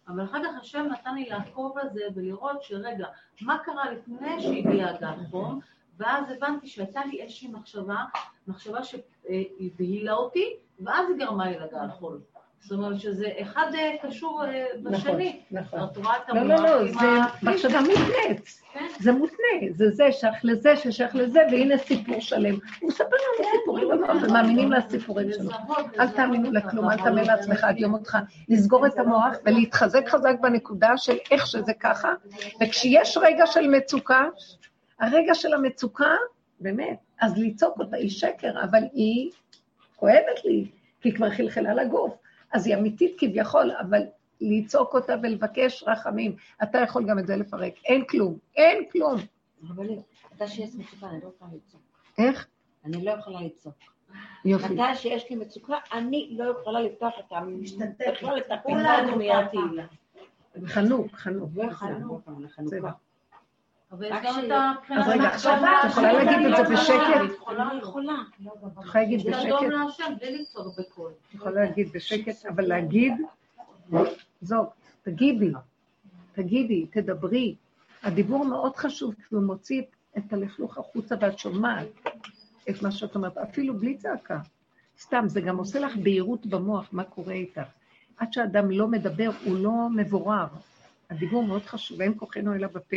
אבל אחר כך השם נתן לי לעקוב על זה ולראות שרגע, מה קרה לפני שהגיע הגל חום, ואז הבנתי שהייתה לי איזושהי מחשבה, מחשבה שהבהילה אותי, ואז היא גרמה לי לגל חול. זאת אומרת שזה אחד קשור בשני. נכון, נכון. לא, לא, לא, זה מחשבה מותנית. זה מותנה, זה זה, שייך לזה, ששייך לזה, והנה סיפור שלם. הוא מספר לנו סיפורים במוח, ומאמינים לסיפורים שלו. אל תאמינו לכלום, אל תאמין לעצמך עד יום אותך. לסגור את המוח ולהתחזק חזק בנקודה של איך שזה ככה, וכשיש רגע של מצוקה, הרגע של המצוקה, באמת, אז ליצוק אותה, היא שקר, אבל היא כואבת לי, כי היא כבר חלחלה לגוף. אז היא אמיתית כביכול, אבל ליצוק אותה ולבקש רחמים. אתה יכול גם את זה לפרק. אין כלום, אין כלום. אבל אתה שיש מצוקה, אני לא יכולה לצעוק. איך? אני לא יכולה לצעוק. יופי. אתה שיש לי מצוקה, אני לא יכולה לפתוח את המשתתף. בכלל את כולנו מיד תהילה. חנוק, חנוק. חנוק, חנוקה. אבל יש גם את הבחינה... אז רגע, עכשיו, את יכולה להגיד את זה בשקט? אני יכולה. את יכולה להגיד בשקט? זה אדום להשם, בלי לצעוק בקול. את יכולה להגיד בשקט, אבל להגיד, זו, תגידי, תגידי, תדברי. הדיבור מאוד חשוב, כי הוא מוציא את הלכלוך החוצה ואת שומעת את מה שאת אומרת, אפילו בלי צעקה. סתם, זה גם עושה לך בהירות במוח, מה קורה איתך. עד שאדם לא מדבר, הוא לא מבורר. הדיבור מאוד חשוב, ואין כוחנו אלא בפה.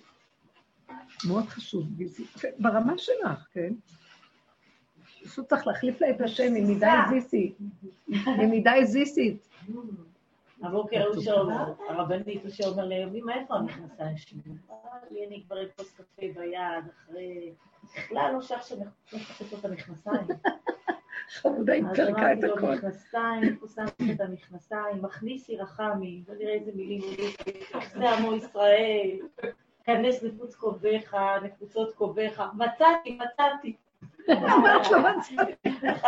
מאוד חשוב, ברמה שלך, כן? פשוט צריך להחליף לה את השם, היא מדי זיסית. היא מדי זיסית. הבוקר הוא שאומר, הרבנית הוא שאומר ליומי, מה איפה המכנסיים שלי? לי אני כבר עם כוס קפה ביד, אחרי... בכלל לא שייך שמחפש את המכנסיים. חמודה, היא פרקה את הכל. מכנסיים, פוסמת את המכנסיים, מכניסי רחמי, בוא נראה איזה מילים, זה עמו ישראל. כנס נפוץ קובך, נפוצות קובך, מצאתי, מצאתי. אמרת לא מצאתי.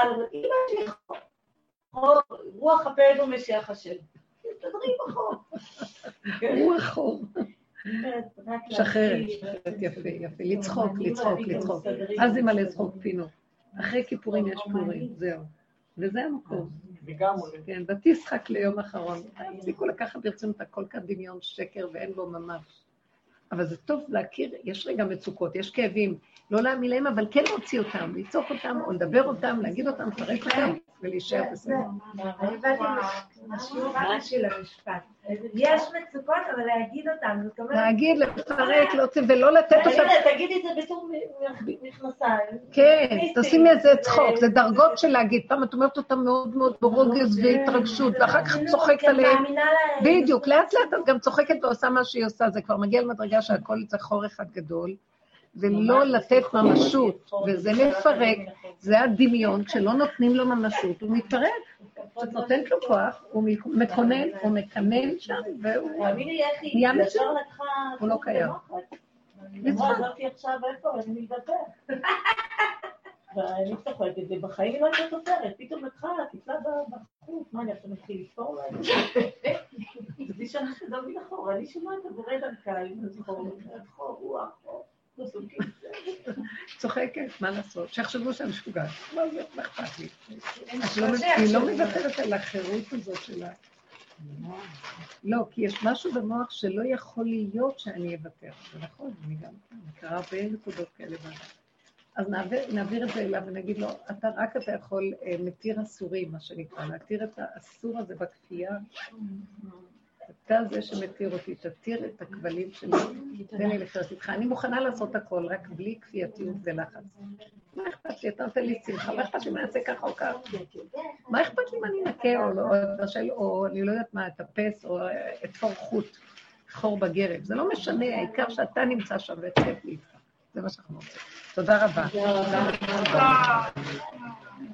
רוח הפעד ומשיח השם. תדרי בחור. רוח חור. שחררת, שחררת יפה, יפה. לצחוק, לצחוק, לצחוק. אז אם על לצחוק פינו. אחרי כיפורים יש פורים, זהו. וזה המקום. כן, ותשחק ליום אחרון. תפסיקו לקחת ברצינות הכל כאן דמיון שקר ואין בו ממש. אבל זה טוב להכיר, יש רגע מצוקות, יש כאבים, לא להאמין להם, אבל כן להוציא אותם, ליצוק אותם, או לדבר אותם, להגיד אותם, לפרק אותם, ולהישאר בסדר. אני באתי לשיעור של המשפט. יש מצוקות, אבל להגיד אותם, זאת אומרת... להגיד, לפרק, להוציא, ולא לתת אותם... תגידי את זה בתור מכנסיים. כן, תשימי איזה צחוק, זה דרגות של להגיד, פעם את אומרת אותם מאוד מאוד ברוגז והתרגשות, ואחר כך צוחקת עליהם. בדיוק, לאט לאט את גם צוחקת ועושה מה שהיא עושה, זה כבר מגיע למדרגה שהכל זה חור אחד גדול, ולא לתת ממשות, וזה מפרק, זה הדמיון, כשלא נותנים לו ממשות, הוא מתפרק, כשאת נותנת לו כוח, הוא מקונן, הוא מקנן שם, והוא נהיה מצוין, הוא לא קיים. לצחוק. עזרתי עכשיו איפה, אני מתבטא. ואני צוחקת, ובחיים לא הייתה תוצרת, פתאום התחלה, תפלה בחוץ, מה אני עכשיו מתחיל לפתור להם? זה שנה שדמי לחור, אני שומעת את הבורד דרכיים, חור, רוח, חור. צוחקת, מה לעשות? שיחשבו שאני משוגעת. מה זה? מה אכפת לי? היא לא מוותרת על החירות הזאת שלה. לא, כי יש משהו במוח שלא יכול להיות שאני אוותר. זה נכון, אני גם מכירה הרבה נקודות כאלה. אז נעביר את זה אליו ונגיד לו, אתה רק אתה יכול מתיר אסורים, מה שנקרא, להתיר את האסור הזה בכפייה. אתה זה שמתיר אותי, תתיר את הכבלים שלי, תן לי לחיות איתך. אני מוכנה לעשות הכל, רק בלי כפייתיות ולחץ. מה אכפת לי? אתה נותן לי שמחה, מה אכפת לי? מה יעשה ככה או ככה? מה אכפת לי אם אני נקה או לא, או אני לא יודעת מה, אטפס או אתפור חוט, חור בגרב. זה לא משנה, העיקר שאתה נמצא שם וצאת לי איתך. זה מה שאנחנו רוצים. תודה רבה.